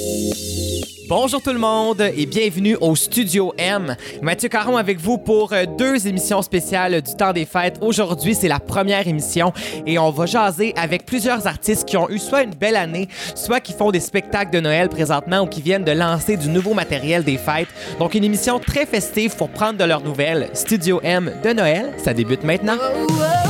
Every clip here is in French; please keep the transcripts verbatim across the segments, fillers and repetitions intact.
Bonjour tout le monde et bienvenue au Studio M. Mathieu Caron avec vous pour deux émissions spéciales du temps des fêtes. Aujourd'hui, c'est la première émission et on va jaser avec plusieurs artistes qui ont eu soit une belle année, soit qui font des spectacles de Noël présentement ou qui viennent de lancer du nouveau matériel des fêtes. Donc une émission très festive pour prendre de leurs nouvelles. Studio M de Noël, ça débute maintenant. Oh, oh, oh.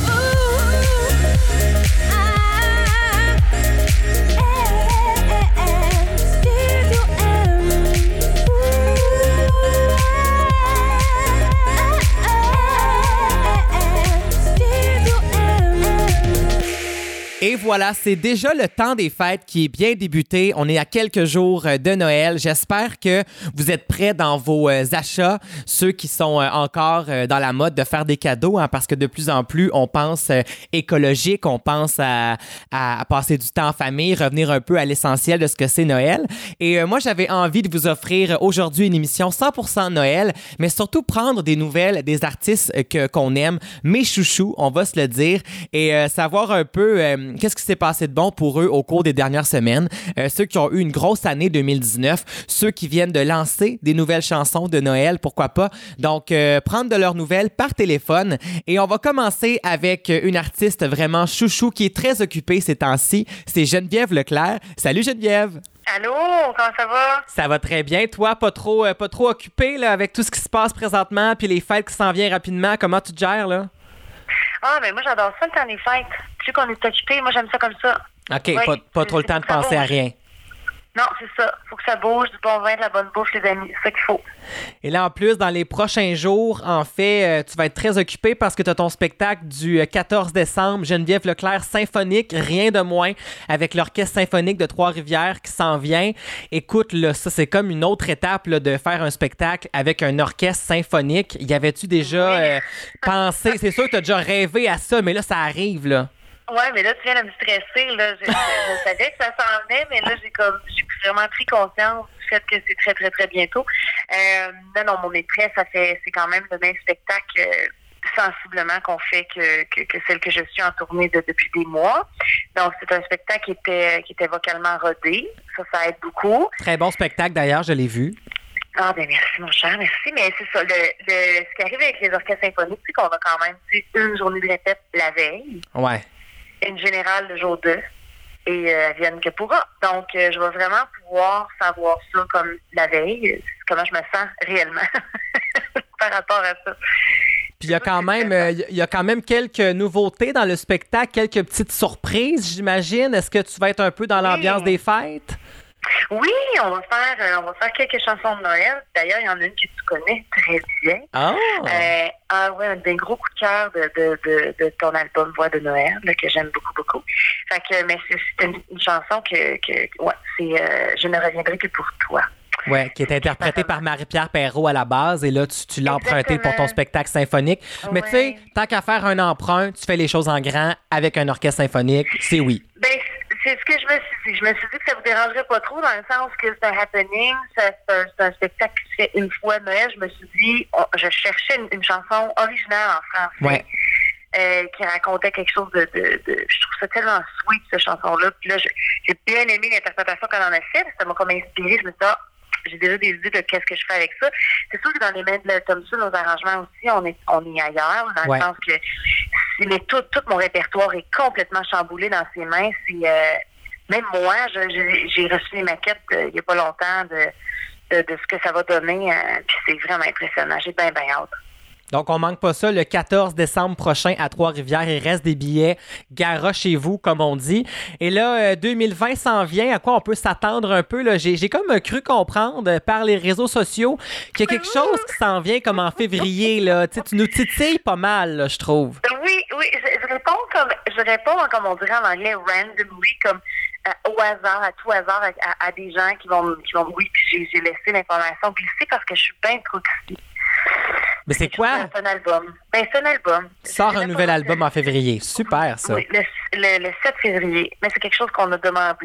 Et voilà, c'est déjà le temps des fêtes qui est bien débuté. On est à quelques jours de Noël. J'espère que vous êtes prêts dans vos achats, ceux qui sont encore dans la mode de faire des cadeaux, hein, parce que de plus en plus, on pense écologique, on pense à, à, à passer du temps en famille, revenir un peu à l'essentiel de ce que c'est Noël. Et euh, moi, j'avais envie de vous offrir aujourd'hui une émission cent pour cent Noël, mais surtout prendre des nouvelles des artistes que, qu'on aime, mes chouchous, on va se le dire, et euh, savoir un peu... Euh, qu'est-ce qui s'est passé de bon pour eux au cours des dernières semaines? Euh, ceux qui ont eu une grosse année deux mille dix-neuf, ceux qui viennent de lancer des nouvelles chansons de Noël, pourquoi pas? Donc, euh, prendre de leurs nouvelles par téléphone. Et on va commencer avec une artiste vraiment chouchou qui est très occupée ces temps-ci. C'est Geneviève Leclerc. Salut Geneviève! Allô, comment ça va? Ça va très bien. Toi, pas trop, euh, pas trop occupée là, avec tout ce qui se passe présentement puis les fêtes qui s'en viennent rapidement. Comment tu te gères, là? Ah, mais moi, j'adore ça, le temps des fêtes. Tu sais qu'on est occupé, moi, j'aime ça comme ça. OK, oui, pas, pas trop le temps de penser à rien. Non, c'est ça. Faut que ça bouge, du bon vin, de la bonne bouffe, les amis. C'est ça qu'il faut. Et là, en plus, dans les prochains jours, en fait, euh, tu vas être très occupé parce que tu as ton spectacle du quatorze décembre, Geneviève Leclerc symphonique, rien de moins, avec l'Orchestre symphonique de Trois-Rivières qui s'en vient. Écoute, là, ça, c'est comme une autre étape là, de faire un spectacle avec un orchestre symphonique. Y avait-tu déjà euh, pensé? C'est sûr que tu as déjà rêvé à ça, mais là, ça arrive, là. Ouais, mais là, tu viens de me stresser, là. Je, je, je savais que ça s'en venait, mais là, j'ai comme, j'ai vraiment pris conscience du fait que c'est très, très, très bientôt. Euh, non, non, mon maîtresse, ça fait, c'est quand même le même spectacle euh, sensiblement qu'on fait que, que, que celle que je suis en tournée de, depuis des mois. Donc, c'est un spectacle qui était, qui était vocalement rodé. Ça, ça aide beaucoup. Très bon spectacle, d'ailleurs, je l'ai vu. Ah, ben merci, mon cher, merci. Mais c'est ça, le, le, ce qui arrive avec les orchestres symphoniques, c'est qu'on a quand même une journée de répète la veille. Ouais. Une générale le jour deux et euh, vienne que pourra. Donc, euh, je vais vraiment pouvoir savoir ça comme la veille, comment je me sens réellement par rapport à ça. Puis il y a quand même euh, il y a quand même quelques nouveautés dans le spectacle, quelques petites surprises, j'imagine. Est-ce que tu vas être un peu dans l'ambiance oui. des fêtes? Oui, on va faire euh, on va faire quelques chansons de Noël. D'ailleurs, il y en a une que tu connais très bien. Ah! Euh, ah ouais, un des gros coups de cœur de, de, de, de ton album Voix de Noël, là, que j'aime beaucoup, beaucoup. Fait que, mais c'est, c'est une, une chanson que, que ouais, c'est euh, Je ne reviendrai que pour toi. Oui, qui est interprétée par Marie-Pierre Perrault à la base, et là, tu, tu l'as emprunté pour ton spectacle symphonique. Mais ouais. Tu sais, tant qu'à faire un emprunt, tu fais les choses en grand avec un orchestre symphonique, c'est oui. Ben, c'est ce que je me suis dit. Je me suis dit que ça vous dérangerait pas trop dans le sens que c'est un happening, c'est un, c'est un spectacle qui se fait une fois Noël. Je me suis dit, oh, je cherchais une, une chanson originale en français. Ouais. Euh, qui racontait quelque chose de, de, de... Je trouve ça tellement sweet, cette chanson-là. Puis là, je, j'ai bien aimé l'interprétation qu'on en a fait. Ça m'a comme inspiré. Je me suis dit, ah, j'ai déjà des idées de qu'est-ce que je fais avec ça. C'est sûr que dans les mains de Thompson, nos arrangements aussi, on est, on est ailleurs, dans ouais. le sens que mais tout, tout mon répertoire est complètement chamboulé dans ses mains. C'est, euh, même moi, je, je, j'ai reçu les maquettes euh, il n'y a pas longtemps de, de, de ce que ça va donner. Euh, puis c'est vraiment impressionnant. J'ai bien, bien hâte. Donc, on manque pas ça le quatorze décembre prochain à Trois-Rivières. Il reste des billets garochez-vous, comme on dit. Et là, euh, deux mille vingt s'en vient. À quoi on peut s'attendre un peu? Là? J'ai, j'ai comme cru comprendre euh, par les réseaux sociaux qu'il y a quelque chose qui s'en vient comme en février. Là. Tu sais, tu nous titilles pas mal, là, je trouve. Oui, oui. Je, je réponds comme je réponds, comme on dirait en anglais, randomly, comme euh, au hasard, à tout hasard, à, à, à des gens qui vont, qui vont oui, puis j'ai, j'ai laissé l'information glisser parce que je suis bien trop excitée. Mais c'est quoi? C'est un album. Ben, c'est un album. Sort un nouvel album en février. Super, ça. Oui, le, le, le sept février. Mais c'est quelque chose qu'on a demandé. C'est quelque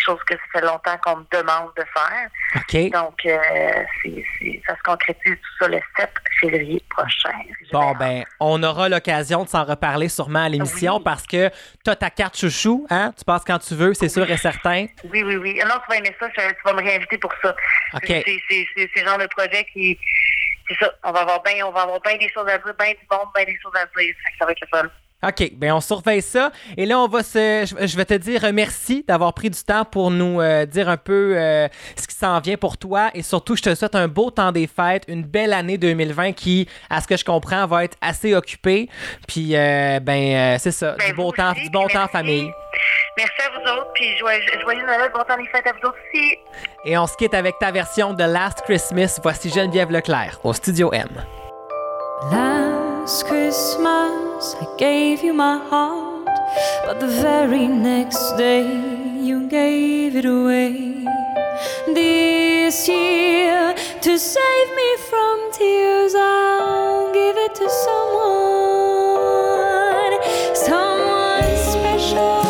chose que ça fait longtemps qu'on me demande de faire. OK. Donc, euh, c'est, c'est, ça se concrétise tout ça le sept février prochain. Bon, ben, on aura l'occasion de s'en reparler sûrement à l'émission oui. parce que tu as ta carte chouchou, hein? Tu passes quand tu veux, c'est oui. sûr et certain. Oui, oui, oui. Non, tu vas aimer ça, tu vas me réinviter pour ça. OK. C'est, c'est, c'est, c'est le genre de projet qui... C'est ça, on va avoir bien on va avoir bien des choses à dire, bien du monde, bien des choses à dire. Ça, ça va être le fun. OK, bien, on surveille ça. Et là, on va se, je vais te dire merci d'avoir pris du temps pour nous euh, dire un peu euh, ce qui s'en vient pour toi. Et surtout, je te souhaite un beau temps des fêtes, une belle année deux mille vingt qui, à ce que je comprends, va être assez occupée. Puis, euh, ben, euh, c'est ça, ben, du beau temps, aussi, du bon merci. temps en famille. Merci à vous autres, puis joyeux, joyeux Noël, bon temps des fêtes à vous autres aussi. Et on se quitte avec ta version de Last Christmas. Voici Geneviève Leclerc au Studio M. Last Christmas I gave you my heart, but the very next day you gave it away. This year, to save me from tears, I'll give it to someone, someone special.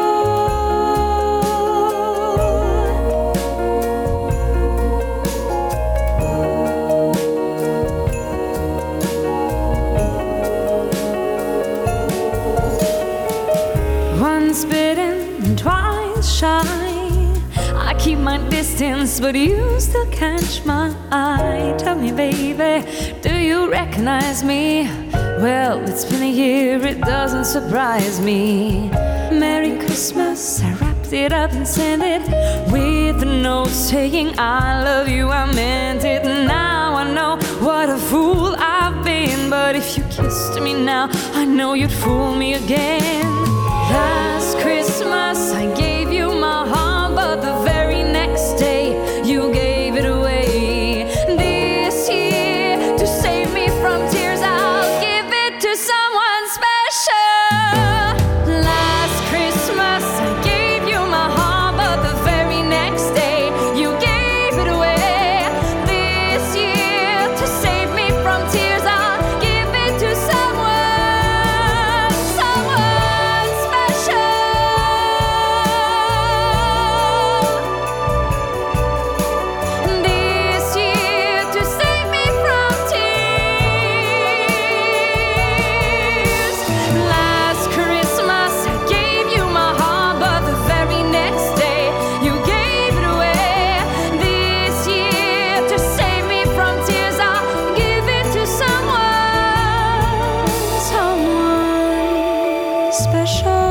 Once bitten and twice shy, I keep my distance, but you still catch my eye. Tell me, baby, do you recognize me? Well, it's been a year, it doesn't surprise me. Merry Christmas, I wrapped it up and sent it with a note saying I love you, I meant it. Now I know what a fool I've been, but if you kissed me now, I know you'd fool me again. Last Christmas I gave you my heart, but the very next day you gave it away. This year, to save me from tears, I'll give it to someone special. Last Christmas I gave you my heart, but the very next day you gave it away. This year, to save me from tears, I'll give it to someone, someone special. This year, to save me from tears. Last Christmas I gave you my heart, but the very next day you gave it away. This year, to save me from tears, I'll give it to someone, someone special.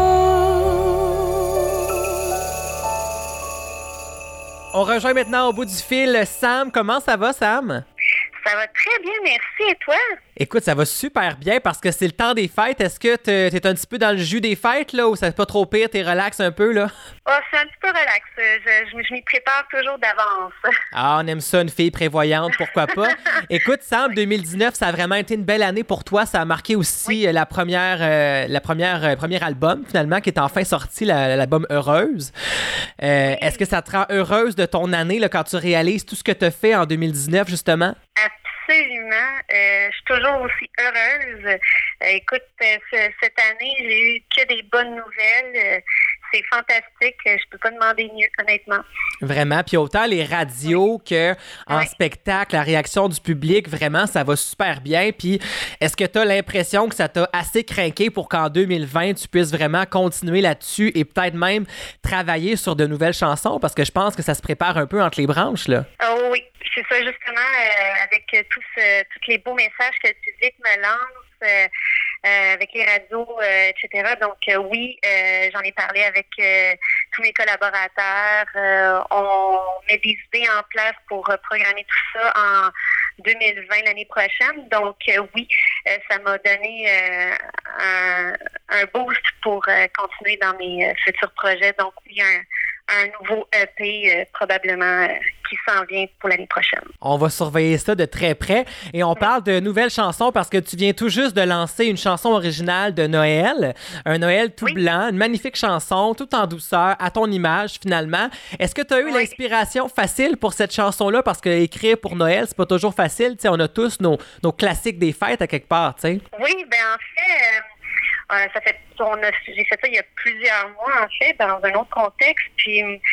On rejoint maintenant au bout du fil Sam. Comment ça va, Sam? Ça va très bien, merci. Et toi? Écoute, ça va super bien parce que c'est le temps des fêtes. Est-ce que t'es, t'es un petit peu dans le jus des fêtes, là, ou c'est pas trop pire, t'es relax un peu, là? Oh, c'est un petit peu relax. Je, je, je m'y prépare toujours d'avance. Ah, on aime ça, une fille prévoyante, pourquoi pas? Écoute, Sam, deux mille dix-neuf, ça a vraiment été une belle année pour toi. Ça a marqué aussi Oui. la première, euh, la première, euh, premier album, finalement, qui est enfin sorti, la- l'album Heureuse. Euh, Est-ce que ça te rend heureuse de ton année, là, quand tu réalises tout ce que tu as fait en deux mille dix-neuf, justement? Absolument. Euh, je suis toujours aussi heureuse. Euh, écoute, euh, ce- cette année, j'ai eu que des bonnes nouvelles. Euh, c'est fantastique. Je peux pas demander mieux, honnêtement. Vraiment. Puis autant les radios que en Oui. spectacle, la réaction du public, vraiment, ça va super bien. Puis est-ce que tu as l'impression que ça t'a assez craqué pour qu'en deux mille vingt, tu puisses vraiment continuer là-dessus et peut-être même travailler sur de nouvelles chansons? Parce que je pense que ça se prépare un peu entre les branches, là. Oh oui, c'est ça justement, euh, avec euh, tout ce- tous les beaux messages que le public me lance, euh, euh, avec les radios, euh, et cetera. Donc euh, oui, euh, j'en ai parlé avec euh, tous mes collaborateurs. Euh, on met des idées en place pour euh, programmer tout ça en deux mille vingt, l'année prochaine. Donc euh, oui, euh, ça m'a donné euh, un, un boost pour euh, continuer dans mes euh, futurs projets. Donc oui, un, un nouveau E P euh, probablement euh, qui s'en vient pour l'année prochaine. On va surveiller ça de très près. Et on parle de nouvelles chansons parce que tu viens tout juste de lancer une chanson originale de Noël. Un Noël tout Oui. blanc, une magnifique chanson, tout en douceur, à ton image finalement. Est-ce que tu as eu Oui. l'inspiration facile pour cette chanson-là? Parce que écrire pour Noël, c'est pas toujours facile. Tu sais, on a tous nos, nos classiques des fêtes à quelque part, tu sais. Oui, ben en fait, euh, euh, ça fait on a, j'ai fait ça il y a plusieurs mois en fait, dans un autre contexte. Puis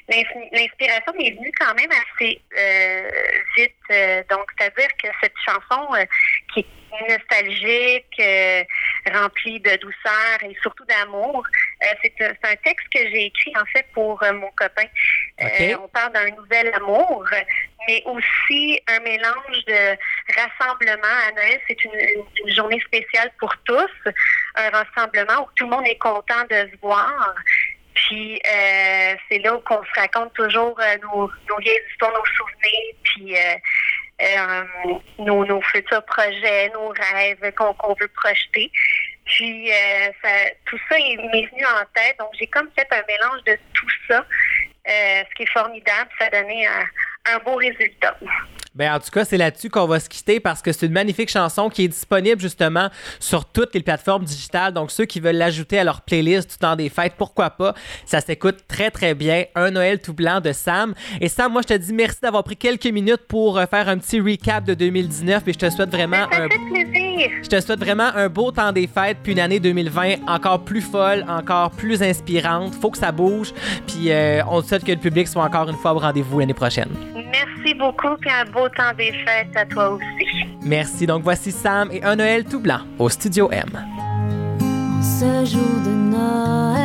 l'inspiration m'est venue quand même assez euh, vite. Euh, donc, c'est-à-dire que cette chanson euh, qui est nostalgique, euh, remplie de douceur et surtout d'amour, euh, c'est, c'est un texte que j'ai écrit en fait pour euh, mon copain. Okay. Euh, on parle d'un nouvel amour, mais aussi un mélange de rassemblement. À Noël, c'est une, une, une journée spéciale pour tous, un rassemblement où tout le monde est content de se voir. Puis euh, c'est là où on se raconte toujours euh, nos, nos vieilles histoires, nos souvenirs, puis euh, euh, nos, nos futurs projets, nos rêves qu'on, qu'on veut projeter. Puis euh, ça, tout ça est, m'est venu en tête. Donc j'ai comme fait un mélange de tout ça, euh, ce qui est formidable. Ça a donné un, un beau résultat. Ben, en tout cas, c'est là-dessus qu'on va se quitter parce que c'est une magnifique chanson qui est disponible justement sur toutes les plateformes digitales. Donc, ceux qui veulent l'ajouter à leur playlist tout temps des fêtes, pourquoi pas? Ça s'écoute très, très bien. Un Noël tout blanc de Sam. Et Sam, moi, je te dis merci d'avoir pris quelques minutes pour faire un petit recap de deux mille dix-neuf et je te souhaite vraiment ça un... fait plaisir. Je te souhaite vraiment un beau temps des fêtes puis une année deux mille vingt encore plus folle, encore plus inspirante. Faut que ça bouge. Puis, euh, on souhaite que le public soit encore une fois au rendez-vous l'année prochaine. Merci beaucoup puis un beau temps des fêtes à toi aussi. Merci. Donc, voici Sam et Un Noël tout blanc au Studio M. En ce jour de Noël,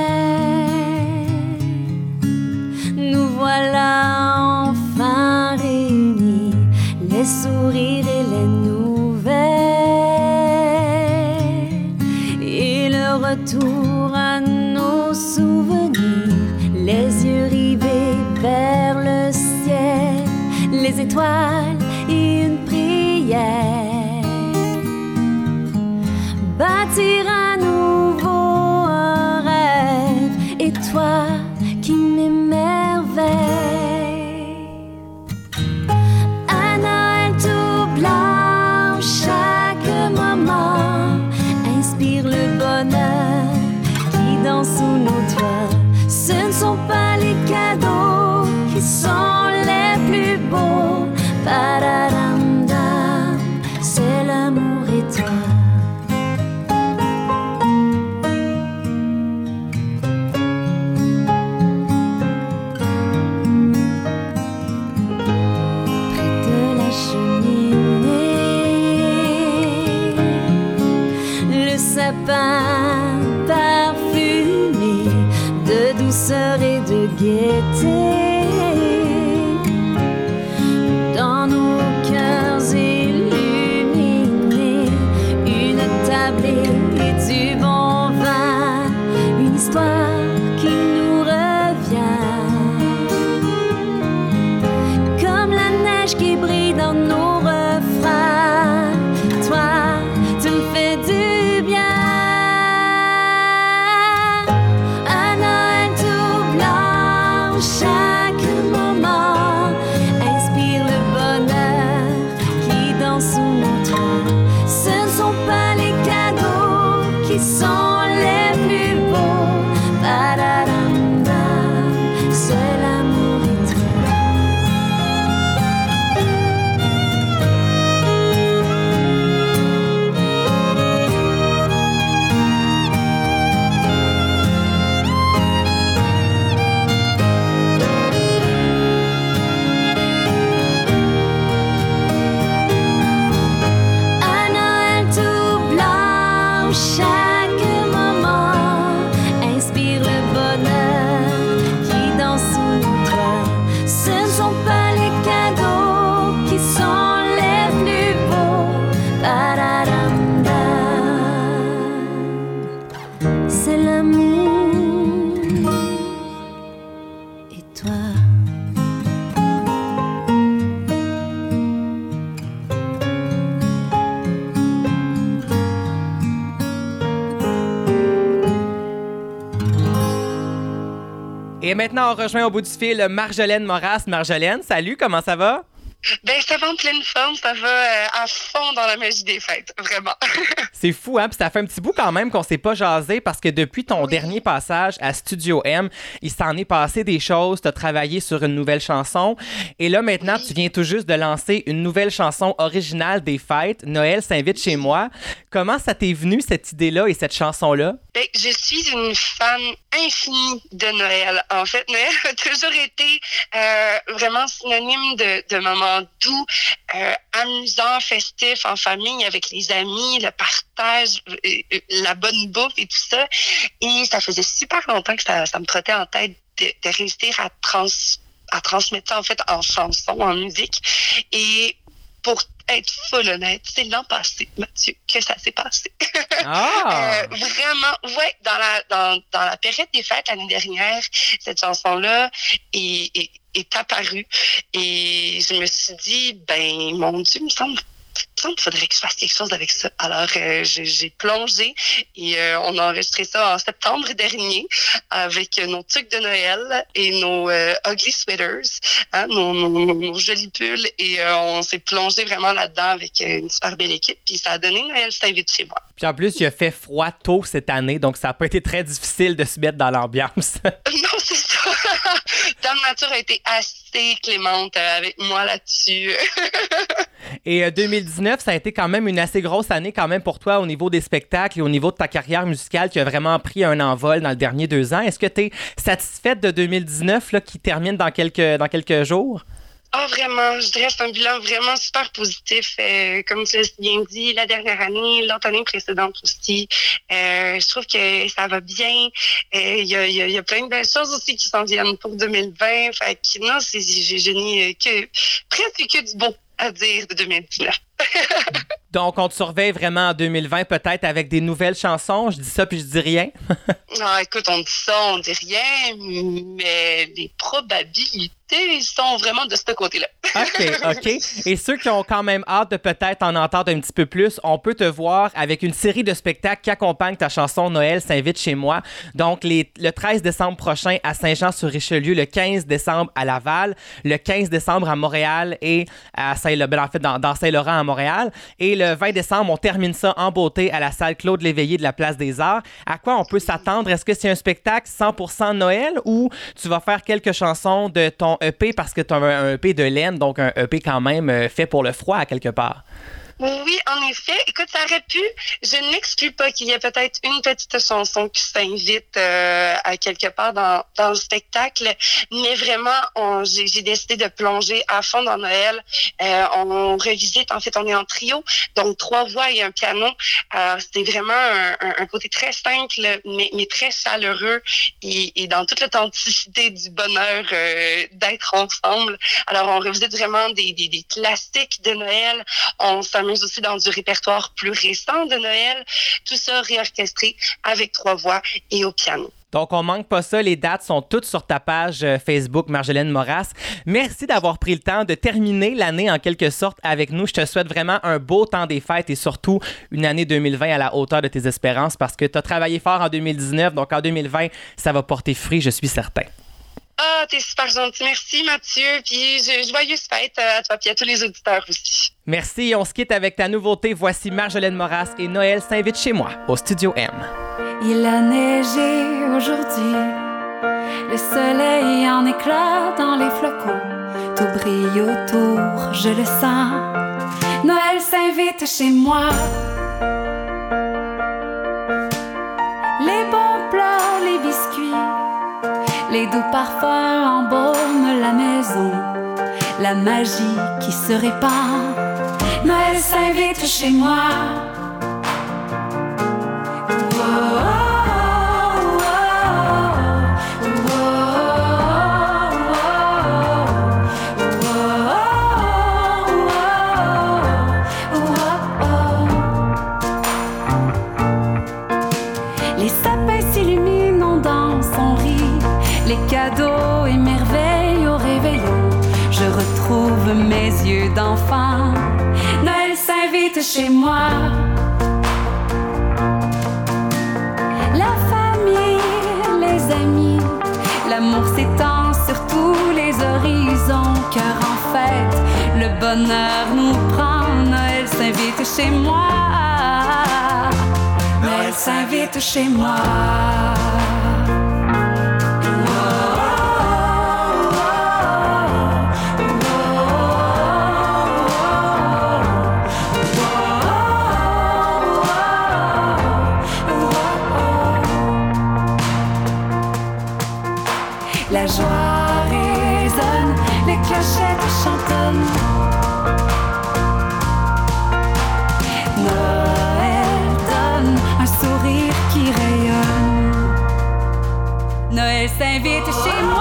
nous voilà enfin réunis, les sourires et les nouvelles, et le retour à nos souvenirs, les yeux rivés vers le ciel, les étoiles et une prière. Bâtir à nouveau un rêve, et toi qui m'émerveilles. Un Noël tout blanc, chaque moment inspire le bonheur qui danse sous nos toits. Ce ne sont pas les cadeaux qui sont les plus beaux. Pararam-dam, c'est l'amour et toi. Près de la cheminée, le sapin parfumé de douceur et de gaieté. Dans nos cœurs illuminés, une table et du bon vin, une histoire qui nous revient. Comme la neige qui brille dans nos refrains, toi, tu me fais du bien. Un Noël tout blanc, chaque moment inspire le bonheur qui danse sous nos toits. Ce ne sont pas les cadeaux qui sont les plus beaux. Pararam-dam, c'est l'amour et toi. Un Noël tout blanc, chaque moment inspire le bonheur qui danse sous nos toits. Ce ne sont pas les cadeaux qui sont les plus beaux. Pararam-dam, c'est l'amour et toi. Et maintenant, on rejoint au bout du fil Marjolaine Moras. Marjolaine, salut, comment ça va? Ben, ça va en pleine forme, ça va euh, à fond dans la magie des fêtes, vraiment. C'est fou, hein? Puis ça fait un petit bout quand même qu'on s'est pas jasé parce que depuis ton oui. dernier passage à Studio M, il s'en est passé des choses. Tu as travaillé sur une nouvelle chanson. Et là, maintenant, oui. tu viens tout juste de lancer une nouvelle chanson originale des fêtes, Noël s'invite chez moi. Comment ça t'est venu, cette idée-là et cette chanson-là? Ben, je suis une fan infini de Noël. En fait, Noël a toujours été euh, vraiment synonyme de, de moments doux, euh, amusants, festifs, en famille, avec les amis, le partage, euh, la bonne bouffe et tout ça. Et ça faisait super longtemps que ça, ça me trottait en tête de, de réussir à, trans, à transmettre ça en fait en chansons, en musique. Et pour être full honnête, c'est l'an passé, Mathieu, que ça s'est passé. Ah! euh, vraiment, ouais, dans la, dans, dans la période des fêtes l'année dernière, cette chanson-là est, est, est apparue. Et je me suis dit, ben, mon Dieu, il me semble il faudrait que je fasse quelque chose avec ça. Alors, euh, j'ai, j'ai plongé et euh, on a enregistré ça en septembre dernier avec nos tucs de Noël et nos euh, ugly sweaters, hein, nos, nos, nos jolis pulls. Et euh, on s'est plongé vraiment là-dedans avec une super belle équipe. Puis ça a donné Noël s'invite chez moi. Puis en plus, il a fait froid tôt cette année, donc ça n'a pas été très difficile de se mettre dans l'ambiance. Non, c'est ça. Dame Nature a été assez clémente avec moi là-dessus. Et euh, deux mille dix-neuf, ça a été quand même une assez grosse année quand même pour toi au niveau des spectacles et au niveau de ta carrière musicale qui a vraiment pris un envol dans les derniers deux ans. Est-ce que tu es satisfaite de deux mille dix-neuf là, qui termine dans quelques, dans quelques jours? Ah, oh, vraiment, je dirais que c'est un bilan vraiment super positif. Euh, comme tu l'as bien dit, la dernière année, l'autre année précédente aussi. Euh, je trouve que ça va bien. Il euh, y, a, y, a, y a plein de belles choses aussi qui s'en viennent pour deux mille vingt. Fait que non, c'est, je, je n'ai que, presque que du beau à dire de deux mille dix-neuf. Donc, on te surveille vraiment en deux mille vingt, peut-être avec des nouvelles chansons. Je dis ça puis je dis rien. Non, écoute, on dit ça, on dit rien, mais les probabilités sont vraiment de ce côté-là. OK, OK. Et ceux qui ont quand même hâte de peut-être en entendre un petit peu plus, on peut te voir avec une série de spectacles qui accompagnent ta chanson Noël s'invite chez moi. Donc, les, le treize décembre prochain à Saint-Jean-sur-Richelieu, le quinze décembre à Laval, le quinze décembre à Montréal et à Saint-Laurent, en fait, dans, dans Saint-Laurent à Montréal. Et le vingt décembre, on termine ça en beauté à la salle Claude Léveillé de la Place des Arts. À quoi on peut s'attendre? Est-ce que c'est un spectacle cent pour cent Noël ou tu vas faire quelques chansons de ton E P parce que tu as un E P de laine, donc un E P quand même fait pour le froid à quelque part? Oui, en effet. Écoute, ça aurait pu. Je n'exclus pas qu'il y ait peut-être une petite chanson qui s'invite euh, à quelque part dans, dans le spectacle, mais vraiment, on, j'ai, j'ai décidé de plonger à fond dans Noël. Euh, on revisite, en fait, on est en trio, donc trois voix et un piano. Alors, c'est vraiment un, un, un côté très simple, mais, mais très chaleureux et, et dans toute l'authenticité du bonheur euh, d'être ensemble. Alors, on revisite vraiment des, des, des classiques de Noël. On s'amuse aussi dans du répertoire plus récent de Noël. Tout ça réorchestré avec trois voix et au piano. Donc, on manque pas ça. Les dates sont toutes sur ta page Facebook, Marjolaine Moras. Merci d'avoir pris le temps de terminer l'année en quelque sorte avec nous. Je te souhaite vraiment un beau temps des fêtes et surtout une année deux mille vingt à la hauteur de tes espérances parce que tu as travaillé fort en deux mille dix-neuf. Donc, en deux mille vingt, ça va porter fruit, je suis certain. Ah, t'es super gentil. Merci, Mathieu. Puis, joyeuse fête à toi et à tous les auditeurs aussi. Merci. On se quitte avec ta nouveauté. Voici Marjolaine Moras et Noël s'invite chez moi au Studio M. Il a neigé aujourd'hui, le soleil en éclat dans les flocons, tout brille autour, je le sens. Noël s'invite chez moi. Les bons plats, les biscuits, les doux parfums embaument la maison, la magie qui se répand. Noël s'invite chez moi. Les sapins s'illuminent, on danse, on rit, les cadeaux émerveillent au réveillon. Je retrouve mes yeux d'enfant. Noël s'invite chez moi. La famille, les amis, l'amour s'étend sur tous les horizons. Cœur en fête, le bonheur nous prend. Noël s'invite chez moi. Noël s'invite chez moi. donne. Noël donne un sourire qui rayonne. Noël s'invite chez moi.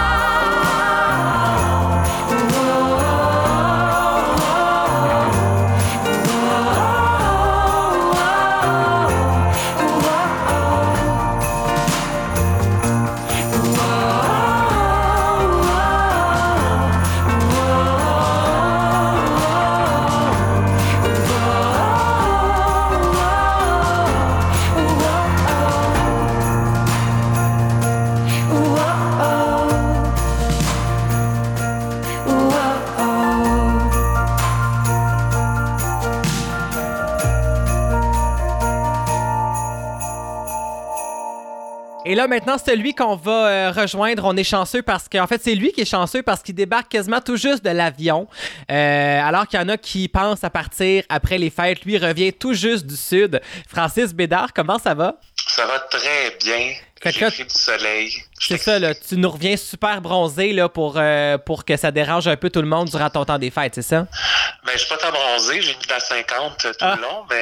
Et là, maintenant, c'est lui qu'on va euh, rejoindre. On est chanceux parce qu'en fait, c'est lui qui est chanceux parce qu'il débarque quasiment tout juste de l'avion. Euh, alors qu'il y en a qui pensent à partir après les fêtes. Lui revient tout juste du Sud. Francis Bédard, comment ça va? Ça va très bien. Fait J'ai que là, pris du soleil. C'est ça, là. Tu nous reviens super bronzé là, pour, euh, pour que ça dérange un peu tout le monde durant ton temps des fêtes, c'est ça? Ben, je suis pas tant bronzé. J'ai mis de la cinquante tout Ah. le long, mais,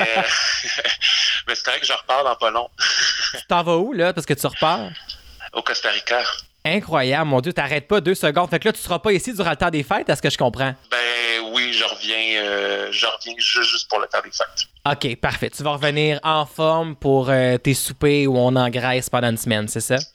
mais c'est vrai que je repars dans pas long. Tu t'en vas où, là? Parce que tu repars? Au Costa Rica. Incroyable, mon Dieu, t'arrêtes pas deux secondes. Fait que là, tu seras pas ici durant le temps des fêtes, est-ce que je comprends? Ben oui, je reviens, euh, je reviens juste, juste pour le temps des fêtes. OK, parfait. Tu vas revenir en forme pour euh, tes soupers où on engraisse pendant une semaine, c'est ça?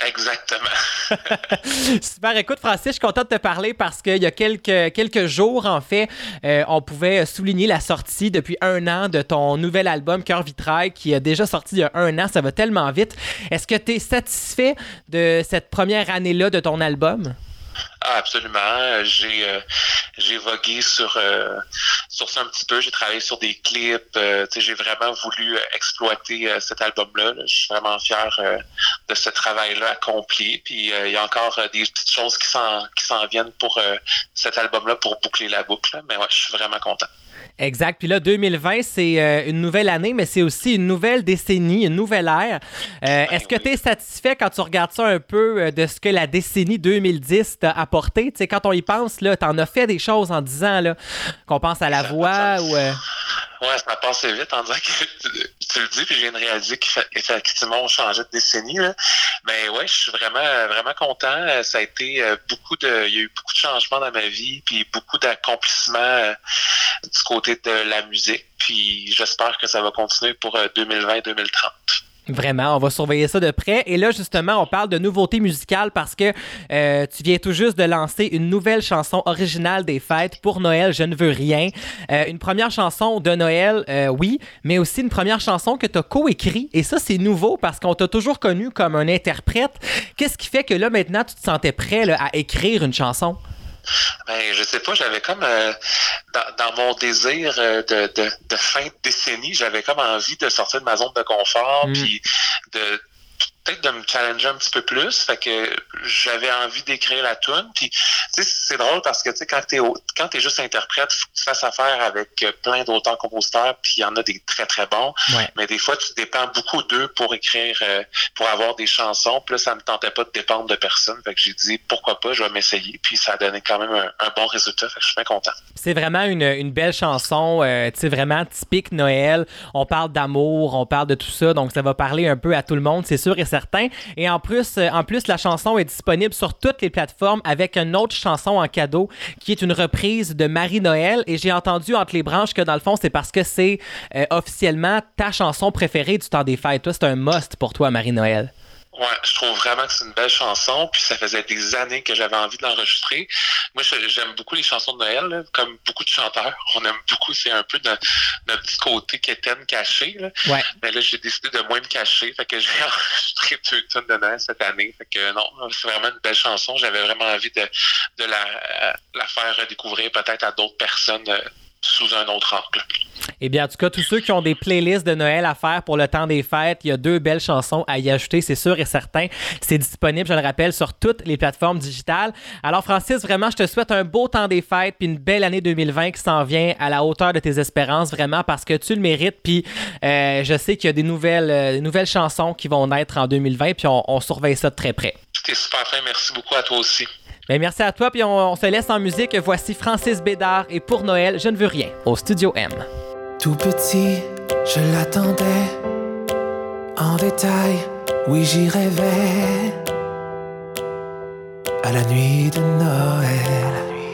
Exactement. Super. Écoute, Francis, je suis content de te parler parce qu'il y a quelques, quelques jours, en fait, euh, on pouvait souligner la sortie depuis un an de ton nouvel album Cœur Vitrail qui a déjà sorti il y a un an. Ça va tellement vite. Est-ce que tu es satisfait de cette première année-là de ton album? Ah, absolument. J'ai euh, j'ai vogué sur euh, sur ça un petit peu. J'ai travaillé sur des clips. Euh, tu sais, j'ai vraiment voulu exploiter euh, cet album-là. Là. Je suis vraiment fier euh, de ce travail-là accompli. Puis euh, il y a encore euh, des petites choses qui s'en qui s'en viennent pour euh, cet album-là pour boucler la boucle. Là. Mais ouais, je suis vraiment content. Exact. Puis là, deux mille vingt, c'est euh, une nouvelle année, mais c'est aussi une nouvelle décennie, une nouvelle ère. Euh, Ben est-ce que oui. tu es satisfait quand tu regardes ça un peu euh, de ce que la décennie deux mille dix t'a apporté? Tu sais, quand on y pense, là, t'en as fait des choses en disant là, qu'on pense à la Ça- voix ça- ou... euh, Ouais, ça passe vite en disant que tu, tu le dis, puis je viens de réaliser qu'effectivement, on changeait de décennie. Là. Mais ouais, je suis vraiment, vraiment content. Ça a été euh, beaucoup de. Il y a eu beaucoup de changements dans ma vie, puis beaucoup d'accomplissements euh, du côté de la musique. Puis j'espère que ça va continuer pour euh, deux mille vingt deux mille trente. Vraiment, on va surveiller ça de près. Et là, justement, on parle de nouveautés musicales parce que euh, tu viens tout juste de lancer une nouvelle chanson originale des fêtes pour Noël, Je ne veux rien. Euh, une première chanson de Noël, euh, oui, mais aussi une première chanson que tu as coécrit. Et ça, c'est nouveau parce qu'on t'a toujours connu comme un interprète. Qu'est-ce qui fait que là, maintenant, tu te sentais prêt là, à écrire une chanson? Ben, je sais pas, j'avais comme euh, dans, dans mon désir euh, de, de, de fin de décennie, j'avais comme envie de sortir de ma zone de confort, Mm. puis de peut-être de me challenger un petit peu plus. Fait que j'avais envie d'écrire la tune. Puis, tu sais, c'est drôle parce que, tu sais, quand t'es au- quand t'es juste interprète, faut que tu fasses affaire avec euh, plein d'auteurs-compositeurs, puis il y en a des très, très bons. Ouais. Mais des fois, tu dépends beaucoup d'eux pour écrire, euh, pour avoir des chansons. Puis là, ça me tentait pas de dépendre de personne. Fait que j'ai dit, pourquoi pas, je vais m'essayer. Puis ça a donné quand même un, un bon résultat. Fait que je suis bien content. C'est vraiment une, une belle chanson, euh, tu sais, vraiment typique Noël. On parle d'amour, on parle de tout ça, donc ça va parler un peu à tout le monde, c'est sûr et certain. Et en plus, euh, en plus, la chanson est disponible sur toutes les plateformes avec une autre chanson en cadeau qui est une reprise de Marie-Noël. Et j'ai entendu entre les branches que dans le fond, c'est parce que c'est euh, officiellement ta chanson préférée du temps des fêtes. Toi, c'est un must pour toi, Marie-Noël. Ouais, je trouve vraiment que c'est une belle chanson, puis ça faisait des années que j'avais envie de l'enregistrer. Moi, je- j'aime beaucoup les chansons de Noël, là, comme beaucoup de chanteurs. On aime beaucoup, c'est un peu notre, notre petit côté quétaine caché. Là. Ouais. Mais là, j'ai décidé de moins me cacher, fait que j'ai enregistré deux tonnes de Noël cette année. Fait que non, c'est vraiment une belle chanson. J'avais vraiment envie de, de la, la faire découvrir peut-être à d'autres personnes euh, sous un autre angle. Eh bien, en tout cas, tous ceux qui ont des playlists de Noël à faire pour le temps des fêtes, il y a deux belles chansons à y ajouter, c'est sûr et certain. C'est disponible, je le rappelle, sur toutes les plateformes digitales. Alors, Francis, vraiment, je te souhaite un beau temps des fêtes puis une belle année deux mille vingt qui s'en vient à la hauteur de tes espérances, vraiment, parce que tu le mérites. Puis, euh, je sais qu'il y a des nouvelles, euh, des nouvelles chansons qui vont naître en deux mille vingt, puis on, on surveille ça de très près. C'était super fin. Merci beaucoup à toi aussi. Ben, merci à toi, puis on, on se laisse en musique. Voici Francis Bédard et Pour Noël, je ne veux rien, au Studio M. Tout petit, je l'attendais en détail, oui j'y rêvais. À la nuit de Noël,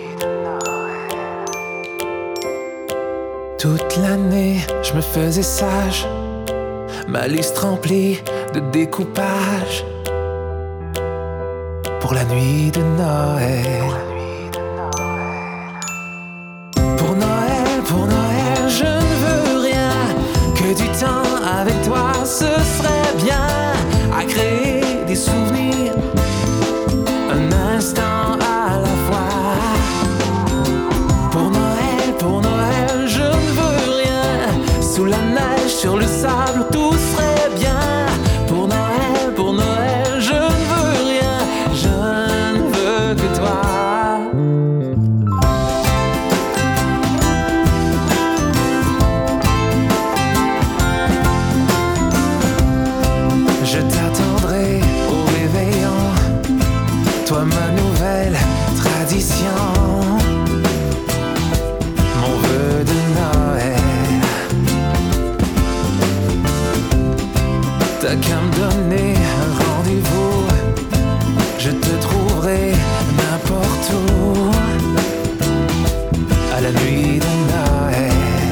toute l'année, je me faisais sage, ma liste remplie de découpage. Pour la nuit de Noël, pour Noël, pour Noël, je ne veux rien que du temps avec toi, ce serait bien à créer des souvenirs, un instant à la fois. Pour Noël, pour Noël, je ne veux rien, sous la neige, sur le sable, tout serait bien. Pour Noël, pour Noël, je ne veux rien, je ne veux que toi. Je t'attendrai au réveillon, toi ma nouvelle tradition, mon vœu de Noël. T'as qu'à me donner un rendez-vous, je te trouverai n'importe où, à la nuit de Noël.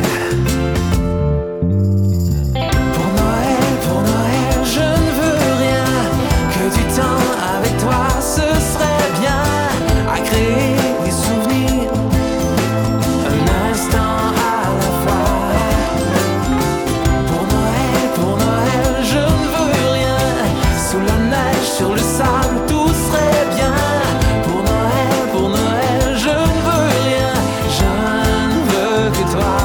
Pour Noël, pour Noël, je ne veux rien que du temps avec toi, ce serait bien à créer des souvenirs, un instant à la fois. Pour Noël, pour Noël, je ne veux rien, sous la neige, sur le sable, tout serait bien. Pour Noël, pour Noël, je ne veux rien, je ne veux que toi.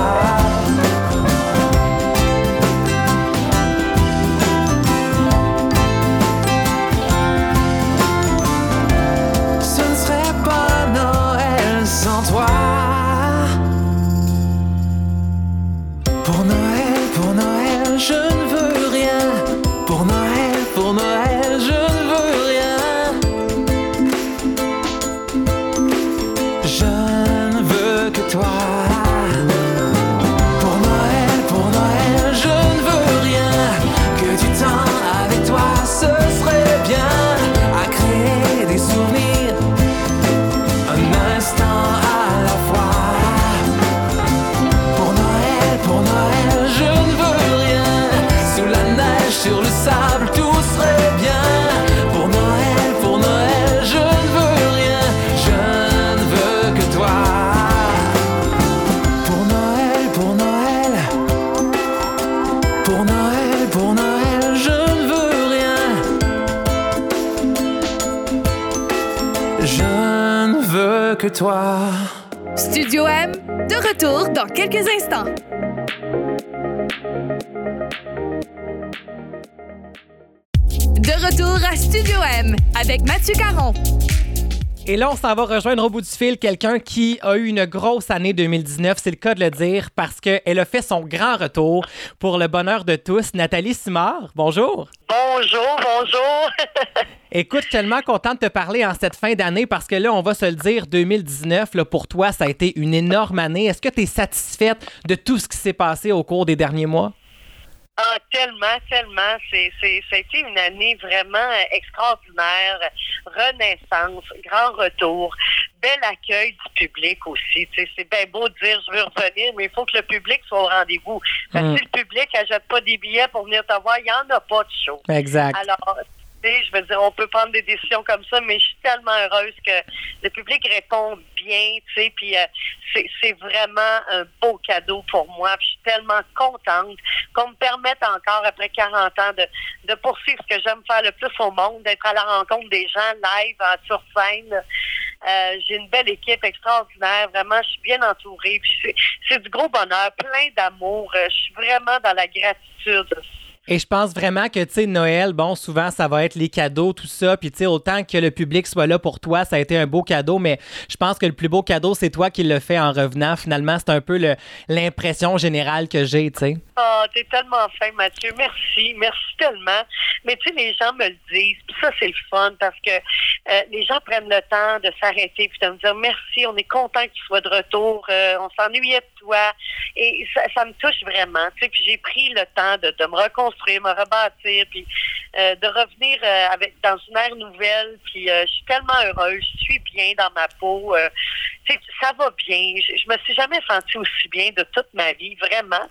Ce ne serait pas Noël sans toi. Pour Noël, pour Noël, je ne veux rien. Pour Noël, pour Noël, je ne veux rien. Je ne veux que toi. Pour Noël, pour Noël, je ne veux rien que du temps avec toi, ce serait bien à créer des souvenirs, un instant à la fois. Pour Noël, pour Noël, je ne veux rien, sous la neige, sur le sable, tout serait bien. Pour Noël, pour Noël, je ne veux rien, je ne veux que toi. Pour Noël, pour Noël, pour Noël, pour Noël, je ne veux rien, je ne veux que toi. Studio M, de retour dans quelques instants. De retour à Studio M avec Mathieu Caron. Et là, on s'en va rejoindre au bout du fil quelqu'un qui a eu une grosse année deux mille dix-neuf, c'est le cas de le dire, parce qu'elle a fait son grand retour pour le bonheur de tous. Nathalie Simard, bonjour. Bonjour, bonjour. Écoute, je suis tellement contente de te parler en cette fin d'année parce que là, on va se le dire, deux mille dix-neuf, là, pour toi, ça a été une énorme année. Est-ce que tu es satisfaite de tout ce qui s'est passé au cours des derniers mois? Ah, tellement, tellement. C'est, c'est, ça a été une année vraiment extraordinaire. Renaissance, grand retour, bel accueil du public aussi. Tu sais, c'est bien beau de dire je veux revenir, mais il faut que le public soit au rendez-vous. Parce que mmh. si le public n'achète pas des billets pour venir te voir, il n'y en a pas de show. Exact. Alors, tu sais, je veux dire, on peut prendre des décisions comme ça, mais je suis tellement heureuse que le public répond bien, tu sais, puis euh, c'est, c'est vraiment un beau cadeau pour moi. Puis je suis tellement contente qu'on me permette encore, après quarante ans, de, de poursuivre ce que j'aime faire le plus au monde, d'être à la rencontre des gens live, en, sur scène. Euh, j'ai une belle équipe extraordinaire, vraiment, je suis bien entourée. Puis c'est, c'est du gros bonheur, plein d'amour. Je suis vraiment dans la gratitude. Et je pense vraiment que, tu sais, Noël, bon, souvent, ça va être les cadeaux, tout ça. Puis, tu sais, autant que le public soit là pour toi, ça a été un beau cadeau. Mais je pense que le plus beau cadeau, c'est toi qui le fais en revenant. Finalement, c'est un peu le, l'impression générale que j'ai, tu sais. Oh, t'es tellement fin, Mathieu. Merci. Merci tellement. Mais tu sais, les gens me le disent. Puis ça, c'est le fun parce que euh, les gens prennent le temps de s'arrêter puis de me dire merci, on est content que tu sois de retour. Euh, on s'ennuyait de toi. Et ça, ça me touche vraiment. Tu sais, puis j'ai pris le temps de, de me reconstruire, me rebâtir, puis euh, de revenir euh, avec dans une ère nouvelle. Puis euh, je suis tellement heureuse. Je suis bien dans ma peau. Euh, tu sais, ça va bien. Je, je me suis jamais sentie aussi bien de toute ma vie, vraiment.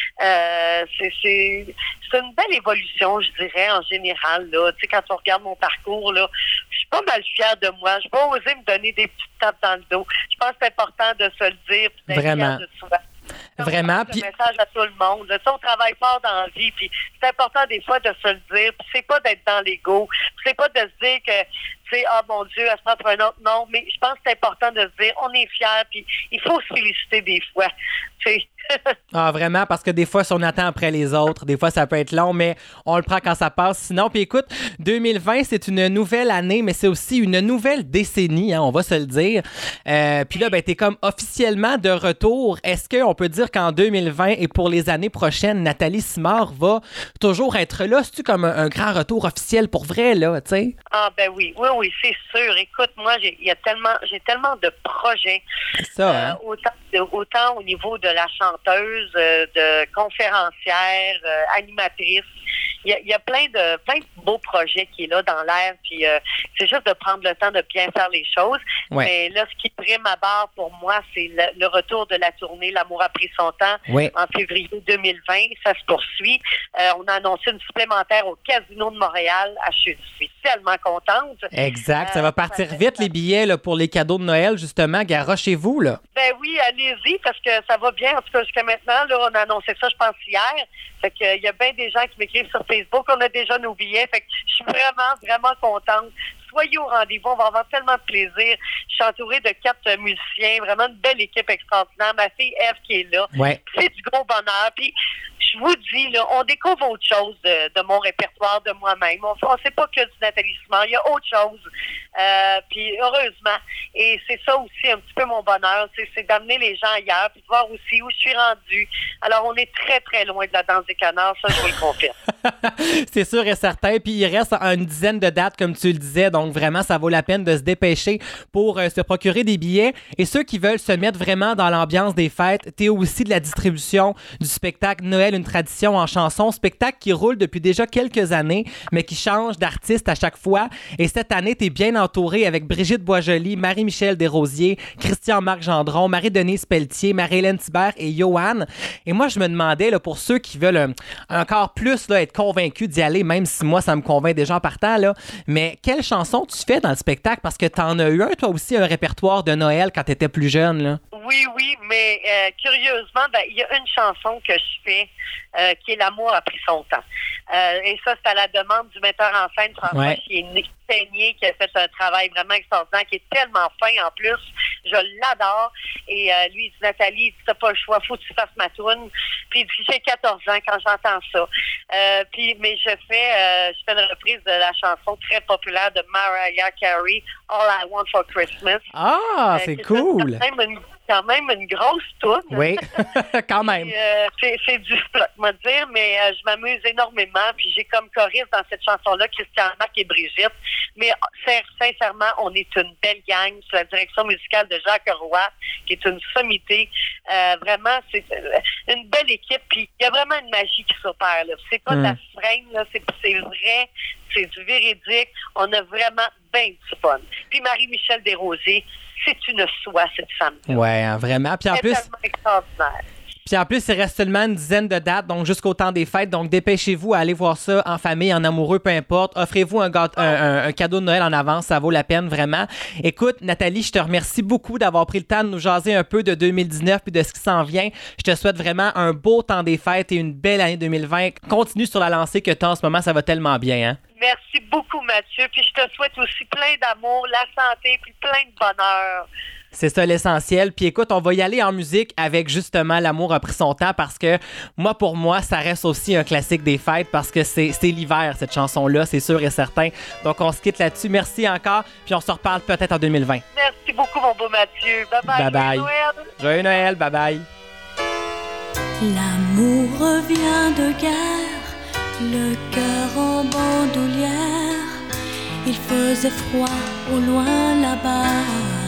Euh, c'est, c'est, c'est une belle évolution, je dirais, en général, là. Tu sais, quand on regarde mon parcours, là, je suis pas mal fière de moi. Je vais pas oser me donner des petites tapes dans le dos. Je pense que c'est important de se le dire, puis d'être Vraiment. fière de soi. Vraiment. Puis un message à tout le monde. Là, on travaille fort dans la vie, puis c'est important des fois de se le dire. Puis c'est pas d'être dans l'ego. Puis c'est pas de se dire que tu sais, ah mon Dieu, elle se prend pour un autre. Non, mais je pense que c'est important de se dire, on est fiers, puis il faut se féliciter des fois. Tu sais. Ah, vraiment, parce que des fois, si on attend après les autres, des fois, ça peut être long, mais on le prend quand ça passe. Sinon, puis écoute, deux mille vingt, c'est une nouvelle année, mais c'est aussi une nouvelle décennie, hein, on va se le dire. Euh, puis là, ben, t'es comme officiellement de retour. Est-ce qu'on peut dire qu'en deux mille vingt et pour les années prochaines, Nathalie Simard va toujours être là? C'est-tu comme un, un grand retour officiel pour vrai, là, tu sais? Ah, ben oui, oui, oui, c'est sûr. Écoute, moi, j'ai, y a tellement, j'ai tellement de projets. C'est ça, hein? Euh, autant, autant au niveau de la chanteuse, euh, de conférencière, euh, animatrice. Il y, a, il y a plein de plein de beaux projets qui est là dans l'air, puis euh, c'est juste de prendre le temps de bien faire les choses. Ouais. Mais là, ce qui prime à barre pour moi, c'est le, le retour de la tournée L'amour a pris son temps Ouais. en février deux mille vingt. Ça se poursuit. Euh, on a annoncé une supplémentaire au Casino de Montréal. Ah, je suis tellement contente. Exact. Ça Euh, va partir ça- vite, les billets là, pour les cadeaux de Noël, justement. Garochez-vous, là. Ben oui, allez-y, parce que ça va bien. En tout cas, jusqu'à maintenant, là, on a annoncé ça, je pense, hier. Fait que, il y a bien des gens qui m'écrivent sur Facebook. On a déjà nos billets. Fait que je suis vraiment, vraiment contente. Soyez au rendez-vous. On va avoir tellement de plaisir. Je suis entourée de quatre euh, musiciens. Vraiment une belle équipe extraordinaire. Ma fille Eve qui est là. Ouais. C'est du gros bonheur. Puis, je vous dis, là, on découvre autre chose de, de mon répertoire, de moi-même. On ne sait pas que du Nathalie Simard. Il y a autre chose. Euh, puis, heureusement. Et c'est ça aussi un petit peu mon bonheur. C'est, c'est d'amener les gens ailleurs puis de voir aussi où je suis rendue. Alors, on est très, très loin de la danse des canards. Ça, je vous le confirme. C'est sûr et certain. Puis il reste une dizaine de dates, comme tu le disais. Donc vraiment, ça vaut la peine de se dépêcher pour euh, se procurer des billets. Et ceux qui veulent se mettre vraiment dans l'ambiance des fêtes, t'es aussi de la distribution du spectacle Noël, une tradition en chanson. Spectacle qui roule depuis déjà quelques années, mais qui change d'artiste à chaque fois. Et cette année, t'es bien entouré avec Brigitte Boisjoli, Marie-Michel Desrosiers, Christian-Marc Gendron, Marie-Denise Pelletier, Marie-Hélène Thibert et Johan. Et moi, je me demandais, là, pour ceux qui veulent euh, encore plus là, être convaincus d'y aller, même si moi, ça me convainc déjà en partant, là, mais quelle chanson tu fais dans le spectacle? Parce que t'en as eu un, toi aussi, un répertoire de Noël quand t'étais plus jeune, là. Oui, oui, mais euh, curieusement, ben, il y a une chanson que je fais euh, qui est L'amour a pris son temps. Euh, et ça, c'est à la demande du metteur en scène François Ouais. Chénier qui a fait un travail vraiment extraordinaire, qui est tellement fin en plus. Je l'adore. Et euh, lui, il dit, Nathalie, il dit, t'as pas le choix, faut que tu fasses ma toune. Puis il dit, j'ai quatorze ans quand j'entends ça. Euh, puis, mais je fais, euh, je fais une reprise de la chanson très populaire de Mariah Carey, All I Want for Christmas. Ah, Euh, c'est qui est cool! Quand même une, quand même une grosse toune. Oui, quand même. Et, euh, c'est, c'est du spot, moi dire, mais euh, je m'amuse énormément. Puis j'ai comme choriste dans cette chanson-là Christian-Marc et Brigitte. Mais euh, sincèrement, on est une belle gang sous la direction musicale de Jacques Roy, qui est une sommité. Euh, vraiment, c'est euh, une belle équipe. Puis il y a vraiment une magie qui s'opère. Là. C'est pas Mm. de la freine, là. C'est, c'est vrai, c'est du véridique. On a vraiment bien du fun. Puis Marie-Michel Desrosiers, c'est une soie, cette femme-là. Ouais, hein, vraiment. Puis en Elle est plus, tellement extraordinaire. Puis en plus, il reste seulement une dizaine de dates, donc jusqu'au temps des fêtes. Donc dépêchez-vous à aller voir ça en famille, en amoureux, peu importe. Offrez-vous un, gâte- un, un- un cadeau de Noël en avance, ça vaut la peine vraiment. Écoute, Nathalie, je te remercie beaucoup d'avoir pris le temps de nous jaser un peu de deux mille dix-neuf puis de ce qui s'en vient. Je te souhaite vraiment un beau temps des fêtes et une belle année deux mille vingt. Continue sur la lancée que tu as en ce moment, ça va tellement bien, hein? Merci beaucoup, Mathieu. Puis je te souhaite aussi plein d'amour, la santé, puis plein de bonheur C'est ça l'essentiel. Puis écoute, on va y aller en musique avec justement L'amour a pris son temps parce que moi, pour moi, ça reste aussi un classique des fêtes parce que c'est, c'est l'hiver, cette chanson-là, c'est sûr et certain. Donc, on se quitte là-dessus. Merci encore. Puis on se reparle peut-être en deux mille vingt. Merci beaucoup, mon beau Mathieu. Bye-bye. Bye-bye. Joyeux Noël. Joyeux Noël. Bye-bye. L'amour revient de guerre, le cœur en bandoulière. Il faisait froid au loin là-bas.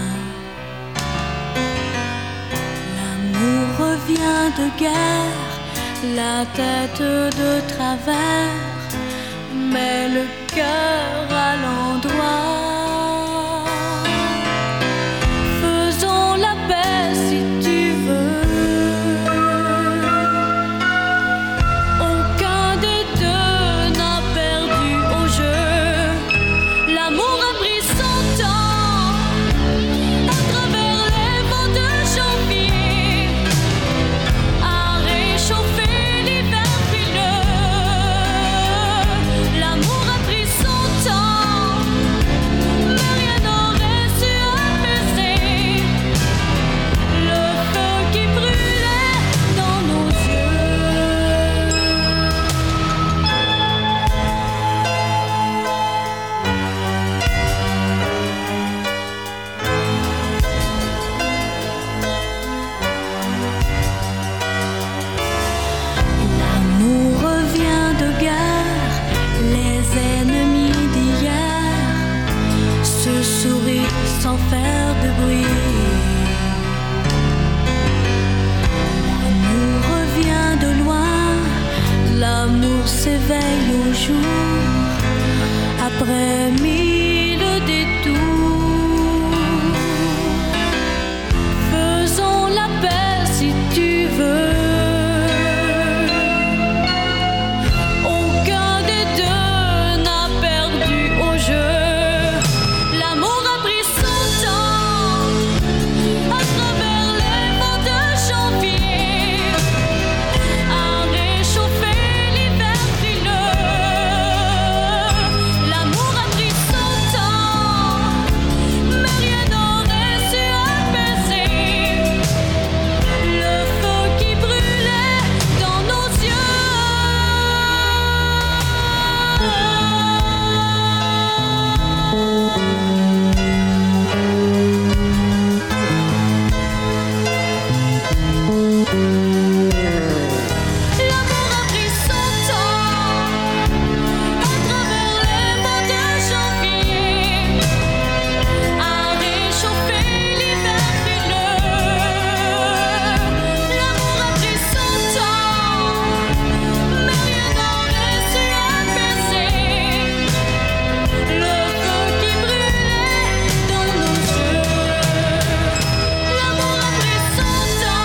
L'amour revient de guerre, la tête de travers, mais le cœur à l'endroit. Faisons la paix si tu veux. Aucun des deux n'a perdu au jeu. L'amour a pris son temps à travers les vents de janvier, à réchauffer l'hiver frileux. L'amour a pris son temps, mais rien n'aurait su apaiser le feu qui brûlait dans nos yeux. L'amour revient de guerre, les ennemis d'hier se sourient sans faire de bruit. L'amour revient de loin, l'amour s'éveille au jour après mille détours. Faisons la paix si tu veux. Aucun des deux n'a perdu au jeu. L'amour a pris son temps à travers les vents de janvier, à réchauffer l'hiver frileux. L'amour a pris son temps, mais rien n'aurait su apaiser le feu qui brûlait dans nos yeux. L'amour a pris son temps à travers les vents de janvier, à réchauffer l'hiver frileux. L'amour a pris son temps, mais rien n'aurait su apaiser le feu qui brûlait dans nos yeux. L'amour a pris son temps.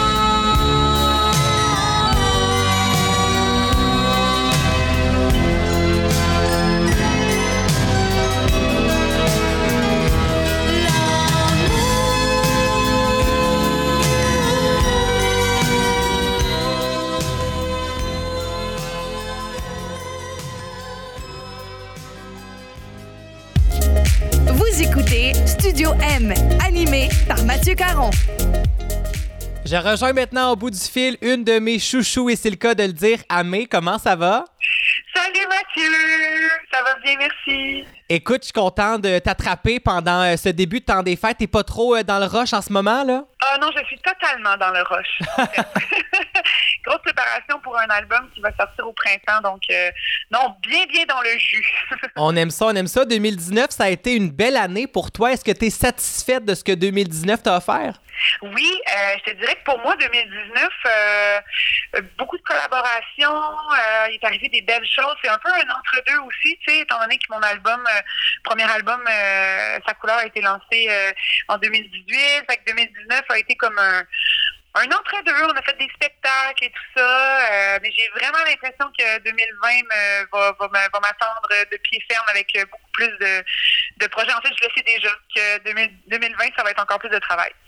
Vous écoutez Studio M, animé par Mathieu Caron. Je rejoins maintenant au bout du fil une de mes chouchous et c'est le cas de le dire. Amé, comment ça va? Salut Mathieu. Ça va bien, merci. Écoute, je suis content de t'attraper pendant euh, ce début de temps des fêtes. T'es pas trop euh, dans le rush en ce moment, là? Ah non, je suis totalement dans le rush. en fait. Grosse préparation pour un album qui va sortir au printemps. Donc, euh, non, bien, bien dans le jus. On aime ça, on aime ça. deux mille dix-neuf, ça a été une belle année pour toi. Est-ce que tu es satisfaite de ce que deux mille dix-neuf t'a offert? Oui, euh, je te dirais que pour moi, deux mille dix-neuf, euh, beaucoup de collaborations, euh, il est arrivé des belles choses. C'est un peu un entre-deux aussi, tu sais, étant donné que mon album, euh, premier album, euh, Sa couleur a été lancé euh, en deux mille dix-huit. Fait que deux mille dix-neuf a été comme un... Un entre-deux, on a fait des spectacles et tout ça, euh, mais j'ai vraiment l'impression que deux mille vingt me, va, va, va m'attendre de pied ferme avec beaucoup plus de, de projets. En fait, je le sais déjà que deux mille vingt, ça va être encore plus de travail.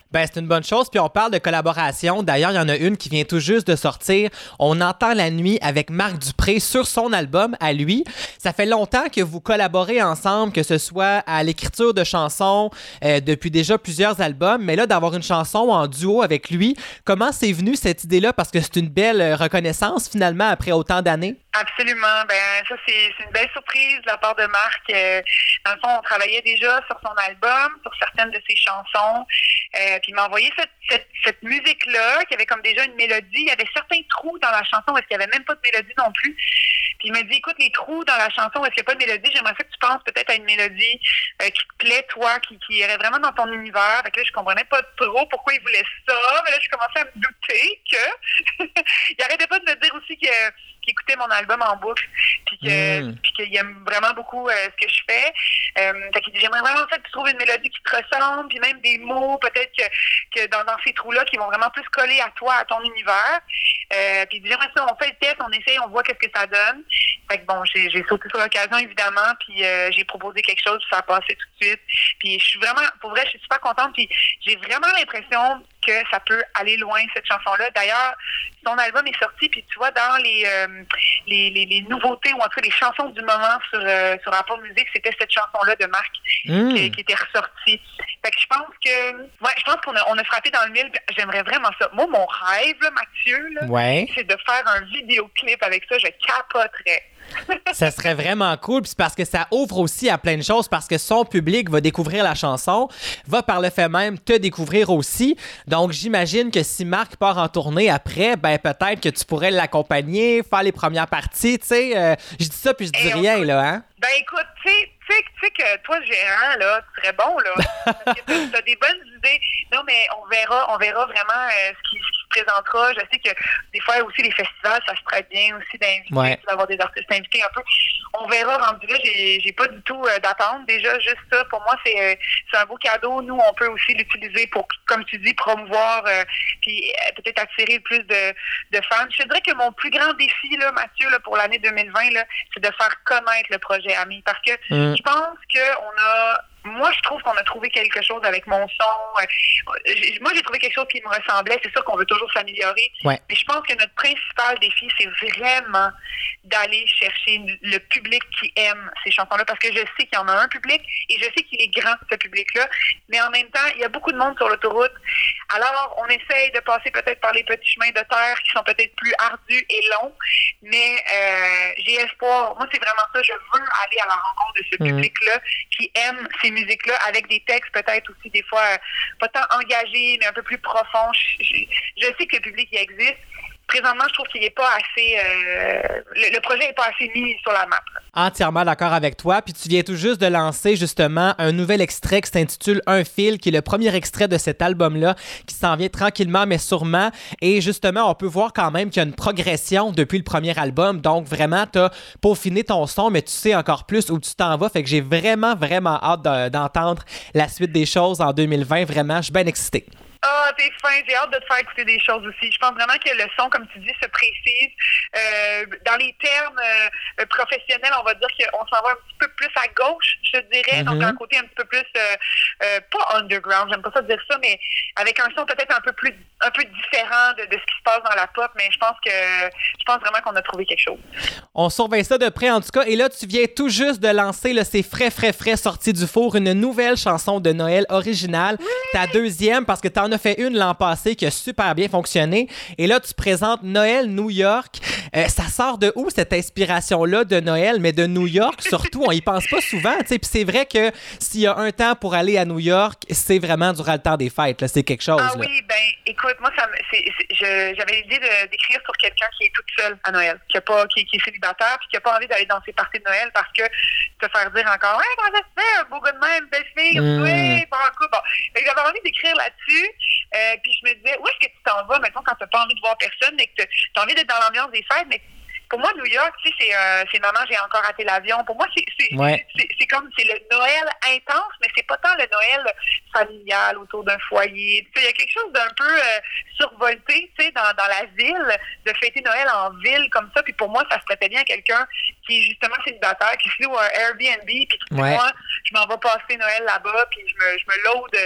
Ben, c'est une bonne chose. Puis on parle de collaboration. D'ailleurs, il y en a une qui vient tout juste de sortir. On entend la nuit avec Marc Dupré sur son album à lui. Ça fait longtemps que vous collaborez ensemble, que ce soit à l'écriture de chansons euh, depuis déjà plusieurs albums. Mais là, d'avoir une chanson en duo avec lui, comment c'est venu cette idée-là? Parce que c'est une belle reconnaissance finalement après autant d'années. Absolument. Ben ça, c'est, c'est une belle surprise de la part de Marc. Euh, dans le fond, on travaillait déjà sur son album, sur certaines de ses chansons. Euh, puis il m'a envoyé cette, cette, cette musique-là, qui avait comme déjà une mélodie. Il y avait certains trous dans la chanson où est-ce qu'il n'y avait même pas de mélodie non plus. Puis il m'a dit, écoute, les trous dans la chanson où est-ce qu'il n'y a pas de mélodie, j'aimerais ça que tu penses peut-être à une mélodie euh, qui te plaît, toi, qui, qui irait vraiment dans ton univers. Fait que là, je comprenais pas trop pourquoi il voulait ça. Mais là, je commençais à me douter que... il arrêtait pas de me dire aussi que qu'il écoutait mon album en boucle, puis que mm. puis qu'il aime vraiment beaucoup euh, ce que je fais. Euh, fait qu'il dit, j'aimerais vraiment ça que tu trouves une mélodie qui te ressemble, puis même des mots, peut-être que, que dans, dans ces trous-là, qui vont vraiment plus coller à toi, à ton univers. Euh, puis il dit, j'aimerais ça, on fait le test, on essaye, on voit qu'est-ce que ça donne. Fait que bon, j'ai, j'ai sauté sur l'occasion, évidemment, puis euh, j'ai proposé quelque chose, puis ça a passé tout de suite. Puis je suis vraiment, pour vrai, je suis super contente, puis j'ai vraiment l'impression que ça peut aller loin, cette chanson-là. D'ailleurs, son album est sorti, puis tu vois, dans les, euh, les, les, les nouveautés, ou en tout cas les chansons du moment sur, euh, sur Apple Music, c'était cette chanson-là de Marc mmh. qui, qui était ressortie. Fait que je pense que, ouais, je pense qu'on a, on a frappé dans le mille. J'aimerais vraiment ça. Moi, mon rêve, là, Mathieu, là, ouais. c'est de faire un vidéoclip avec ça. Je capoterais. Ça serait vraiment cool, puis c'est parce que ça ouvre aussi à plein de choses, parce que son public va découvrir la chanson, va par le fait même te découvrir aussi. Donc j'imagine que si Marc part en tournée après, ben peut-être que tu pourrais l'accompagner, faire les premières parties, tu sais. Euh, je dis ça puis je dis Et rien, on... là, hein? Ben écoute, tu sais, tu sais que toi, gérant, là, tu serais bon, là. Parce que t'as, t'as des bonnes idées. Non, mais on verra, on verra vraiment euh, ce, qui, ce qui se présentera. Je sais que des fois aussi, les festivals, ça se traite bien aussi d'inviter, ouais. d'avoir des artistes invités un peu. On verra rendu là, j'ai, j'ai pas du tout euh, d'attente. Déjà, juste ça, pour moi, c'est, euh, c'est un beau cadeau. Nous, on peut aussi l'utiliser pour, comme tu dis, promouvoir euh, puis euh, peut-être attirer plus de, de fans. Je te dirais que mon plus grand défi, là, Mathieu, là, pour l'année deux mille vingt, là, c'est de faire connaître le projet Ami. Parce que mm. je pense qu'on a... Moi, je trouve qu'on a trouvé quelque chose avec mon son. J'ai, moi, j'ai trouvé quelque chose qui me ressemblait. C'est sûr qu'on veut toujours s'améliorer. Ouais. Mais je pense que notre principal défi, c'est vraiment d'aller chercher le public qui aime ces chansons-là. Parce que je sais qu'il y en a un public et je sais qu'il est grand, ce public-là. Mais en même temps, il y a beaucoup de monde sur l'autoroute. Alors, on essaye de passer peut-être par les petits chemins de terre qui sont peut-être plus ardus et longs. Mais euh, j'ai espoir. Moi, c'est vraiment ça. Je veux aller à la rencontre de ce mmh. public-là qui aime ces musique-là, avec des textes peut-être aussi des fois euh, pas tant engagés, mais un peu plus profonds. Je, je, je sais que le public y existe. Présentement, je trouve qu'il n'est pas assez... Euh, le, le projet n'est pas assez mis sur la map. Entièrement d'accord avec toi. Puis tu viens tout juste de lancer justement un nouvel extrait qui s'intitule « Un fil », qui est le premier extrait de cet album-là, qui s'en vient tranquillement mais sûrement. Et justement, on peut voir quand même qu'il y a une progression depuis le premier album. Donc vraiment, tu as peaufiné ton son, mais tu sais encore plus où tu t'en vas. Fait que j'ai vraiment, vraiment hâte de, d'entendre la suite des choses en deux mille vingt. Vraiment, je suis bien excitée. Ah, oh, t'es fin, j'ai hâte de te faire écouter des choses aussi. Je pense vraiment que le son, comme tu dis, se précise. Euh, dans les termes euh, professionnels, on va dire qu'on s'en va un petit peu plus à gauche, je te dirais. Mm-hmm. Donc, un côté un petit peu plus, euh, euh, pas underground, j'aime pas ça dire ça, mais avec un son peut-être un peu plus, un peu différent de, de ce qui se passe dans la pop. Mais je pense que, je pense vraiment qu'on a trouvé quelque chose. On surveille ça de près, en tout cas. Et là, tu viens tout juste de lancer, là, c'est frais, frais, frais, sorti du four, une nouvelle chanson de Noël originale. Oui! Ta deuxième, parce que t'en as fait une l'an passé qui a super bien fonctionné. Et là, tu présentes Noël New York. Euh, ça sort de où, cette inspiration-là de Noël, mais de New York, surtout? On y pense pas souvent, tu sais. Puis c'est vrai que s'il y a un temps pour aller à New York, c'est vraiment durant le temps des fêtes, là. C'est quelque chose, Ah là. oui, ben écoute, moi, ça me, c'est, c'est, je, j'avais l'idée de, d'écrire sur quelqu'un qui est toute seule à Noël, qui, a pas, qui, qui est célibataire, puis qui a pas envie d'aller dans ses parties de Noël parce que te faire dire encore « Ouais, comment ça se fait? Un beau gars de même, belle fille, mmh. oui, pas en couple. » Bon, fait que j'avais envie d'écrire là-dessus. Euh, puis je me disais, où est-ce que tu t'en vas, maintenant, quand tu n'as pas envie de voir personne, mais que tu as envie d'être dans l'ambiance des fêtes, mais pour moi, New York, tu sais, c'est, euh, c'est maman, j'ai encore raté l'avion. Pour moi, c'est, c'est, ouais. c'est, c'est comme, c'est le Noël intense, mais c'est pas tant le Noël familial autour d'un foyer. Tu sais, il y a quelque chose d'un peu euh, survolté, tu sais, dans, dans la ville, de fêter Noël en ville comme ça. Puis pour moi, ça se prêtait bien à quelqu'un qui est justement célibataire, qui se loue un Airbnb, puis qui dit, ouais. moi, je m'en vais passer Noël là-bas, puis je me, je me load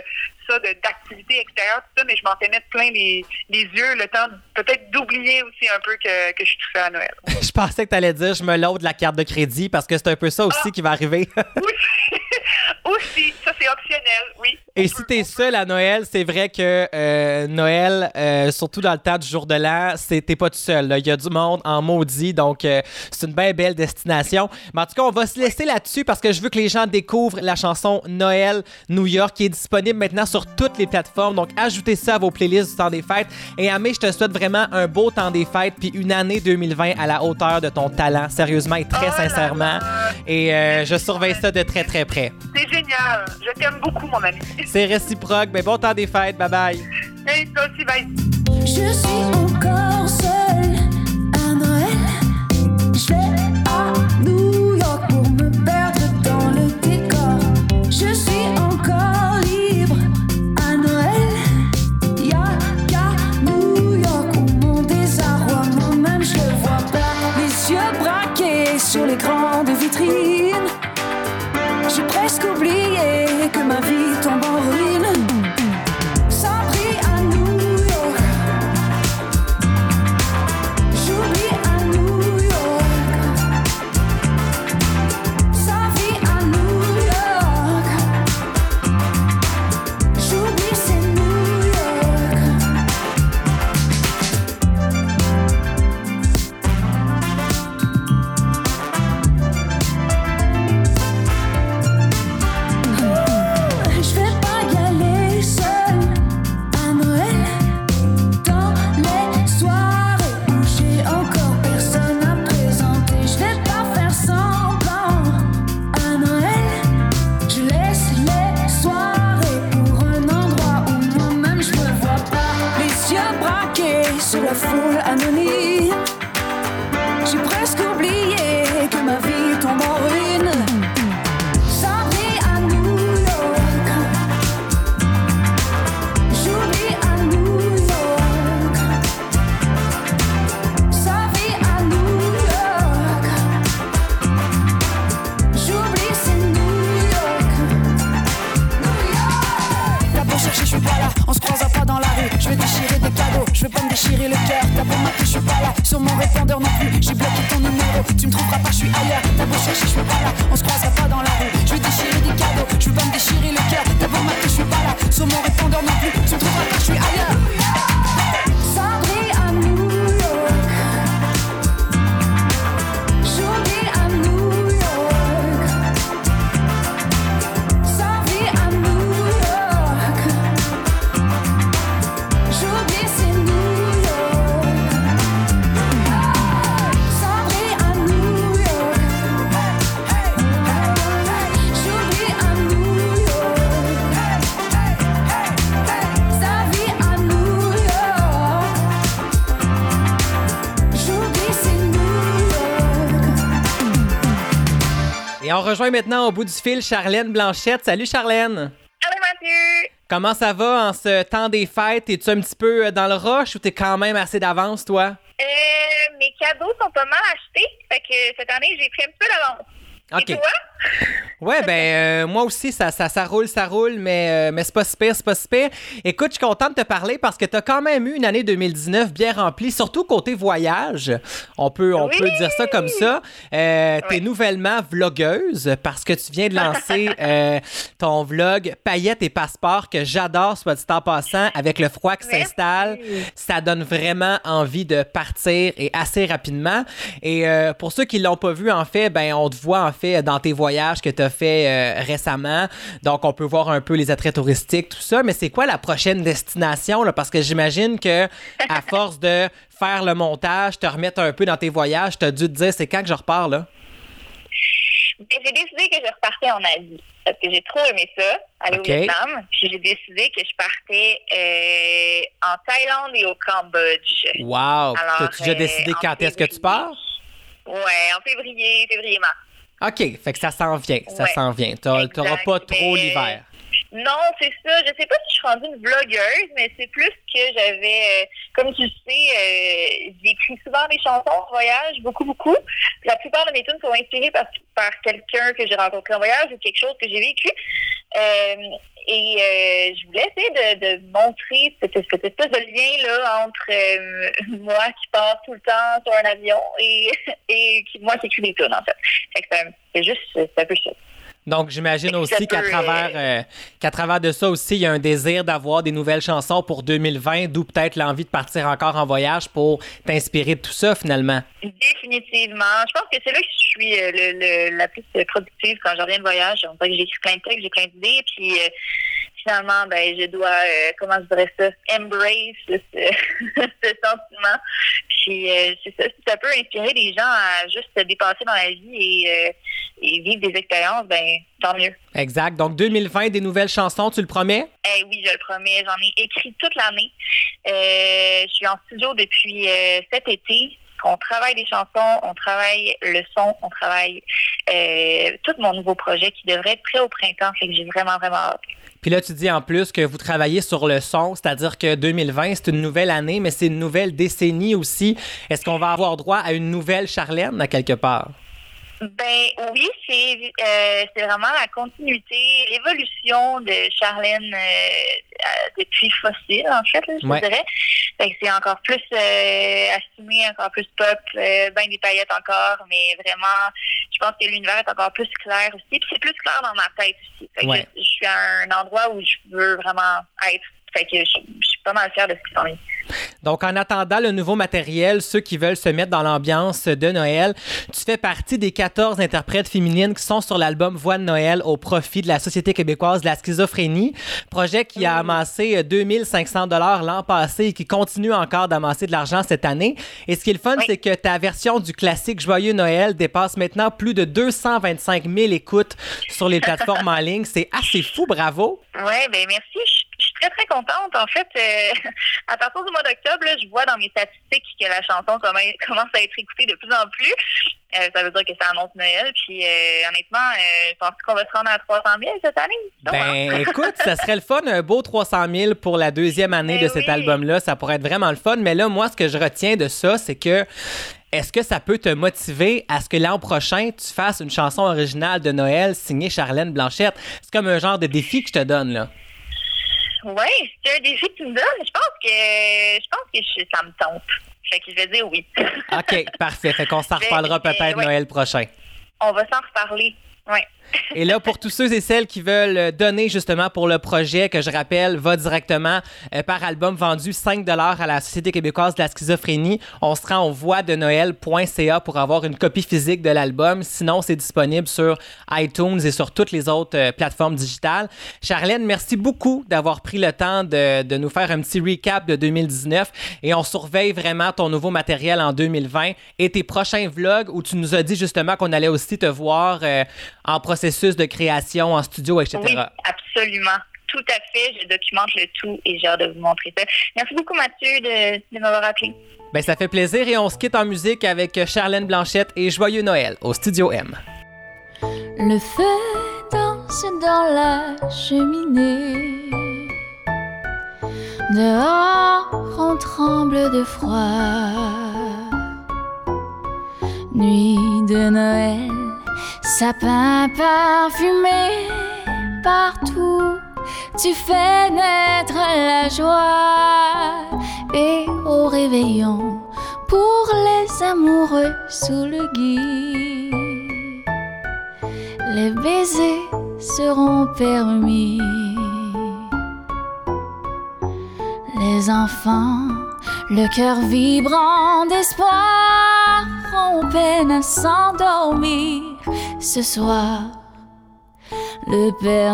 ça, de, d'activités extérieures, tout ça, mais je m'en fais mettre plein les, les yeux, le temps de, peut-être d'oublier aussi un peu que, que je suis tout seul à Noël. Je pensais que tu allais dire je me load la carte de crédit parce que c'est un peu ça aussi ah. qui va arriver. Oui, aussi, ça c'est optionnel, oui. Et si t'es seul à Noël, c'est vrai que euh, Noël, euh, surtout dans le temps du jour de l'an, c'est, t'es pas tout seul. Il y a du monde en maudit, donc euh, c'est une bien belle destination. Mais en tout cas, on va se laisser là-dessus parce que je veux que les gens découvrent la chanson Noël New York qui est disponible maintenant sur toutes les plateformes. Donc, ajoutez ça à vos playlists du temps des fêtes. Et Amé, je te souhaite vraiment un beau temps des fêtes puis une année deux mille vingt à la hauteur de ton talent, sérieusement et très oh sincèrement. Et euh, je surveille ça de très, très près. C'est génial. Je t'aime beaucoup, mon ami. C'est réciproque. Mais bon temps des fêtes. Bye-bye. Hey, toi aussi, bye. Je suis encore seule à Noël. Je vais à New York pour me perdre dans le décor. Je suis encore libre à Noël. Y'a qu'à New York où mon désarroi, moi-même je le vois pas. Les yeux braqués sur les grandes vitrines. J'ai presque oublié que ma vie tombe en ruine. Sans prix à New York. J'oublie à New York. Sa vie à New York. J'oublie c'est New York. Je vais pas y aller seule à Noël. Dans les soirées où j'ai encore personne à présenter. Je vais pas faire semblant à Noël. Je laisse les soirées pour un endroit où moi-même je me vois pas. Les yeux braqués sur la foule anonyme. J'ai presque oublié que ma vie tombe en ruine. Sa vie à New York. J'oublie à New York. Sa vie à New York. J'oublie c'est New York. New York. T'as beau chercher, je suis pas là. On se croisera pas dans la rue. Je vais déchirer des cadeaux. Je vais pas me déchirer le cœur. T'as beau m'appeler, je suis pas là. Sur mon répondeur non plus. J'ai bloqué ton numéro. Tu me trouveras pas, je suis ailleurs. T'as beau chercher, je suis pas là. On se croisera pas dans la rue. Je vais déchirer des cadeaux. Je vais pas me déchirer le cœur. T'as beau m'appeler, je suis pas là. Sur mon répondeur non plus. Tu me trouveras pas, je suis ailleurs. Sabri à New York. J'oublie à New York. Sa vie à New York. J'oublie c'est New York. Sabri à New York. J'oublie à New York. Sa vie à New York. J'oublie c'est New York. Et on rejoint maintenant au bout du fil Charlène Blanchette. Salut Charlène! Allô, Mathieu! Comment ça va en ce temps des fêtes? Es-tu un petit peu dans le rush ou t'es quand même assez d'avance, toi? Euh, mes cadeaux sont pas mal achetés. Fait que cette année, j'ai pris un petit peu d'avance. OK. Et toi? Ouais, ben euh, moi aussi, ça, ça, ça roule, ça roule, mais, euh, mais c'est pas si pire, c'est pas si pire. Écoute, je suis contente de te parler parce que t'as quand même eu une année deux mille dix-neuf bien remplie, surtout côté voyage. On peut, on Oui! peut dire ça comme ça. Euh, T'es Oui. nouvellement vlogueuse parce que tu viens de lancer euh, ton vlog Paillettes et Passeports que j'adore, soit dit en passant, avec le froid qui Merci. s'installe. Ça donne vraiment envie de partir et assez rapidement. Et euh, pour ceux qui l'ont pas vu, en fait, ben on te voit en fait dans tes voyages que tu as fait euh, récemment. Donc, on peut voir un peu les attraits touristiques, tout ça. Mais c'est quoi la prochaine destination? Là? Parce que j'imagine que à force de faire le montage, te remettre un peu dans tes voyages, tu as dû te dire c'est quand que je repars, là? Ben, j'ai décidé que je repartais en Asie. Parce que j'ai trop aimé ça, aller OK. au Vietnam. Puis j'ai décidé que je partais euh, en Thaïlande et au Cambodge. Wow! Alors, T'as-tu déjà euh, décidé en quand est-ce que tu février. pars? Ouais, en février, février-mars. OK, fait que ça s'en vient, ça Ouais. s'en vient. T'as- T'auras Exact, pas trop mais- l'hiver. Non, c'est ça. Je sais pas si je suis rendue une vlogueuse, mais c'est plus que j'avais, euh, comme tu le sais, euh, j'écris souvent des chansons en voyage, beaucoup, beaucoup. La plupart de mes tunes sont inspirées par, par quelqu'un que j'ai rencontré en voyage ou quelque chose que j'ai vécu. Euh, et euh, je voulais essayer de, de montrer cette, cette espèce de lien-là entre euh, moi qui pars tout le temps sur un avion et, et qui, moi qui écris des tunes, en fait. Fait que c'est, un, c'est juste, c'est un peu ça. Donc, j'imagine aussi qu'à peut, travers, euh, qu'à travers de ça aussi, il y a un désir d'avoir des nouvelles chansons pour deux mille vingt, d'où peut-être l'envie de partir encore en voyage pour t'inspirer de tout ça, finalement. Définitivement. Je pense que c'est là que je suis euh, le, le, la plus productive quand je reviens de voyage. On dirait que j'écris plein de textes, j'ai plein d'idées, puis euh, finalement, ben, je dois, euh, comment je dirais ça, embrace ce, ce sentiment. Puis euh, c'est ça, si ça peut inspirer les gens à juste se dépasser dans la vie et, euh, et vivre des expériences, ben tant mieux. Exact. Donc, deux mille vingt, des nouvelles chansons, tu le promets? Eh oui, je le promets. J'en ai écrit toute l'année. Euh, je suis en studio depuis euh, cet été. On travaille des chansons, on travaille le son, on travaille euh, tout mon nouveau projet qui devrait être prêt au printemps. Fait que j'ai vraiment, vraiment hâte. Puis là, tu dis en plus que vous travaillez sur le son, c'est-à-dire que deux mille vingt, c'est une nouvelle année, mais c'est une nouvelle décennie aussi. Est-ce qu'on va avoir droit à une nouvelle Charlène, à quelque part? Ben oui, c'est euh, c'est vraiment la continuité, l'évolution de Charlène euh, depuis Fossile, en fait, là, je ouais. dirais. Fait que c'est encore plus euh, assumé, encore plus pop, euh, ben des paillettes encore, mais vraiment, je pense que l'univers est encore plus clair aussi. Puis c'est plus clair dans ma tête aussi. Fait que ouais. je, je suis à un endroit où je veux vraiment être. Fait que je, je suis pas mal fière de ce qui s'en est. Donc, en attendant le nouveau matériel, ceux qui veulent se mettre dans l'ambiance de Noël, tu fais partie des quatorze interprètes féminines qui sont sur l'album Voix de Noël au profit de la Société québécoise de la schizophrénie, projet qui a amassé deux mille cinq cents dollars l'an passé et qui continue encore d'amasser de l'argent cette année. Et ce qui est le fun, oui. c'est que ta version du classique Joyeux Noël dépasse maintenant plus de deux cent vingt-cinq mille écoutes sur les plateformes en ligne. C'est assez fou, bravo! Oui, bien merci. Je suis très, très contente. En fait, euh, à partir du mois d'octobre, là, je vois dans mes statistiques que la chanson commence à être écoutée de plus en plus. Euh, ça veut dire que ça annonce Noël. Puis, euh, honnêtement, euh, je pense qu'on va se rendre à trois cent mille cette année. Donc, ben, hein? écoute, ça serait le fun, un beau trois cent mille pour la deuxième année ben de cet oui. album-là. Ça pourrait être vraiment le fun. Mais là, moi, ce que je retiens de ça, c'est que est-ce que ça peut te motiver à ce que l'an prochain, tu fasses une chanson originale de Noël signée Charlène Blanchette? C'est comme un genre de défi que je te donne, là. Oui, c'est un défi que tu me donnes. Je pense que je pense que je, ça me tente. Fait que je vais dire oui. OK, parfait. Fait qu'on s'en reparlera mais, peut-être ouais. Noël prochain. On va s'en reparler. Oui. Et là, pour tous ceux et celles qui veulent donner justement pour le projet, que je rappelle, va directement euh, par album vendu cinq dollars à la Société québécoise de la schizophrénie. On se rend au voix de noël point c a pour avoir une copie physique de l'album. Sinon, c'est disponible sur iTunes et sur toutes les autres euh, plateformes digitales. Charlène, merci beaucoup d'avoir pris le temps de, de nous faire un petit recap de deux mille dix-neuf et on surveille vraiment ton nouveau matériel en deux mille vingt et tes prochains vlogs où tu nous as dit justement qu'on allait aussi te voir euh, en processus de création, en studio, et cetera. Oui, absolument. Tout à fait. Je documente le tout et j'ai hâte de vous montrer ça. Merci beaucoup, Mathieu, de, de m'avoir appelé. Ben, ça fait plaisir et on se quitte en musique avec Charlène Blanchette et Joyeux Noël au Studio M. Le feu danse dans la cheminée. Dehors, on tremble de froid. Nuit de Noël, sapin parfumé, partout tu fais naître la joie. Et au réveillon, pour les amoureux sous le gui, les baisers seront permis. Les enfants, le cœur vibrant d'espoir, ont peine à s'endormir. Ce soir, le Père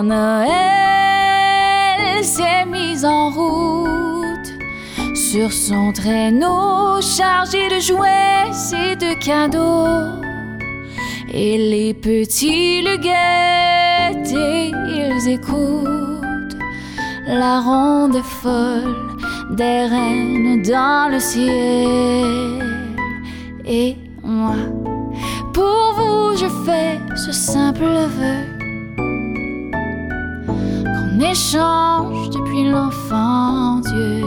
Noël s'est mis en route sur son traîneau chargé de jouets et de cadeaux. Et les petits le guettent et ils écoutent la ronde folle des reines dans le ciel. Et moi, pour vous je fais ce simple vœu, qu'on échange depuis l'enfant Dieu.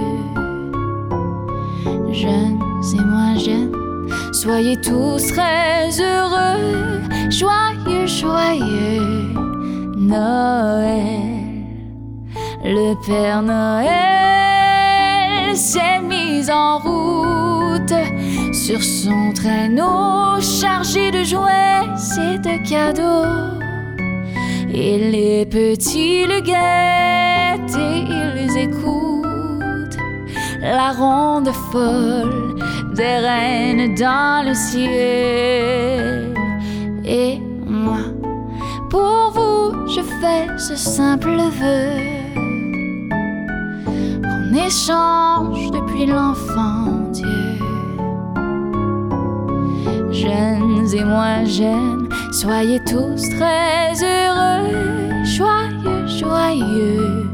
Jeunes et moins jeunes, soyez tous très heureux. Joyeux, joyeux Noël, le Père Noël s'est mis en route sur son traîneau chargé de jouets et de cadeaux. Et les petits le guettent et ils écoutent la ronde folle des reines dans le ciel. Et moi, pour vous, je fais ce simple vœu qu'on échange depuis l'enfant Dieu. Jeunes et moins jeunes, soyez tous très heureux, joyeux, joyeux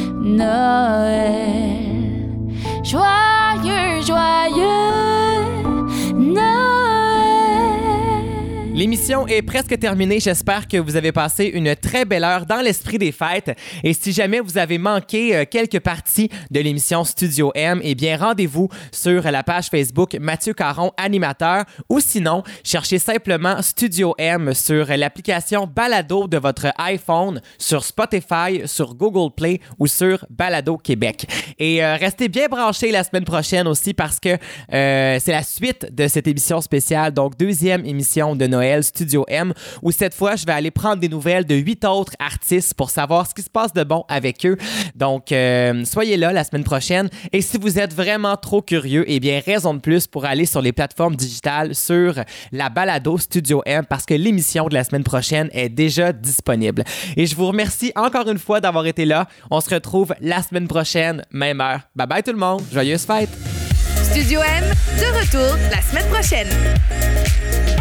Noël. Joyeux, joyeux Noël. L'émission est presque terminée. J'espère que vous avez passé une très belle heure dans l'esprit des fêtes. Et si jamais vous avez manqué euh, quelques parties de l'émission Studio M, eh bien, rendez-vous sur la page Facebook Mathieu Caron, animateur, ou sinon, cherchez simplement Studio M sur l'application Balado de votre iPhone, sur Spotify, sur Google Play ou sur Balado Québec. Et euh, restez bien branchés la semaine prochaine aussi parce que euh, c'est la suite de cette émission spéciale, donc deuxième émission de Noël Studio M, où cette fois, je vais aller prendre des nouvelles de huit autres artistes pour savoir ce qui se passe de bon avec eux. Donc, euh, soyez là la semaine prochaine. Et si vous êtes vraiment trop curieux, eh bien, raison de plus pour aller sur les plateformes digitales sur la Balado Studio M parce que l'émission de la semaine prochaine est déjà disponible. Et je vous remercie encore une fois d'avoir été là. On se retrouve la semaine prochaine, même heure. Bye bye tout le monde. Joyeuses fêtes! Studio M, de retour la semaine prochaine.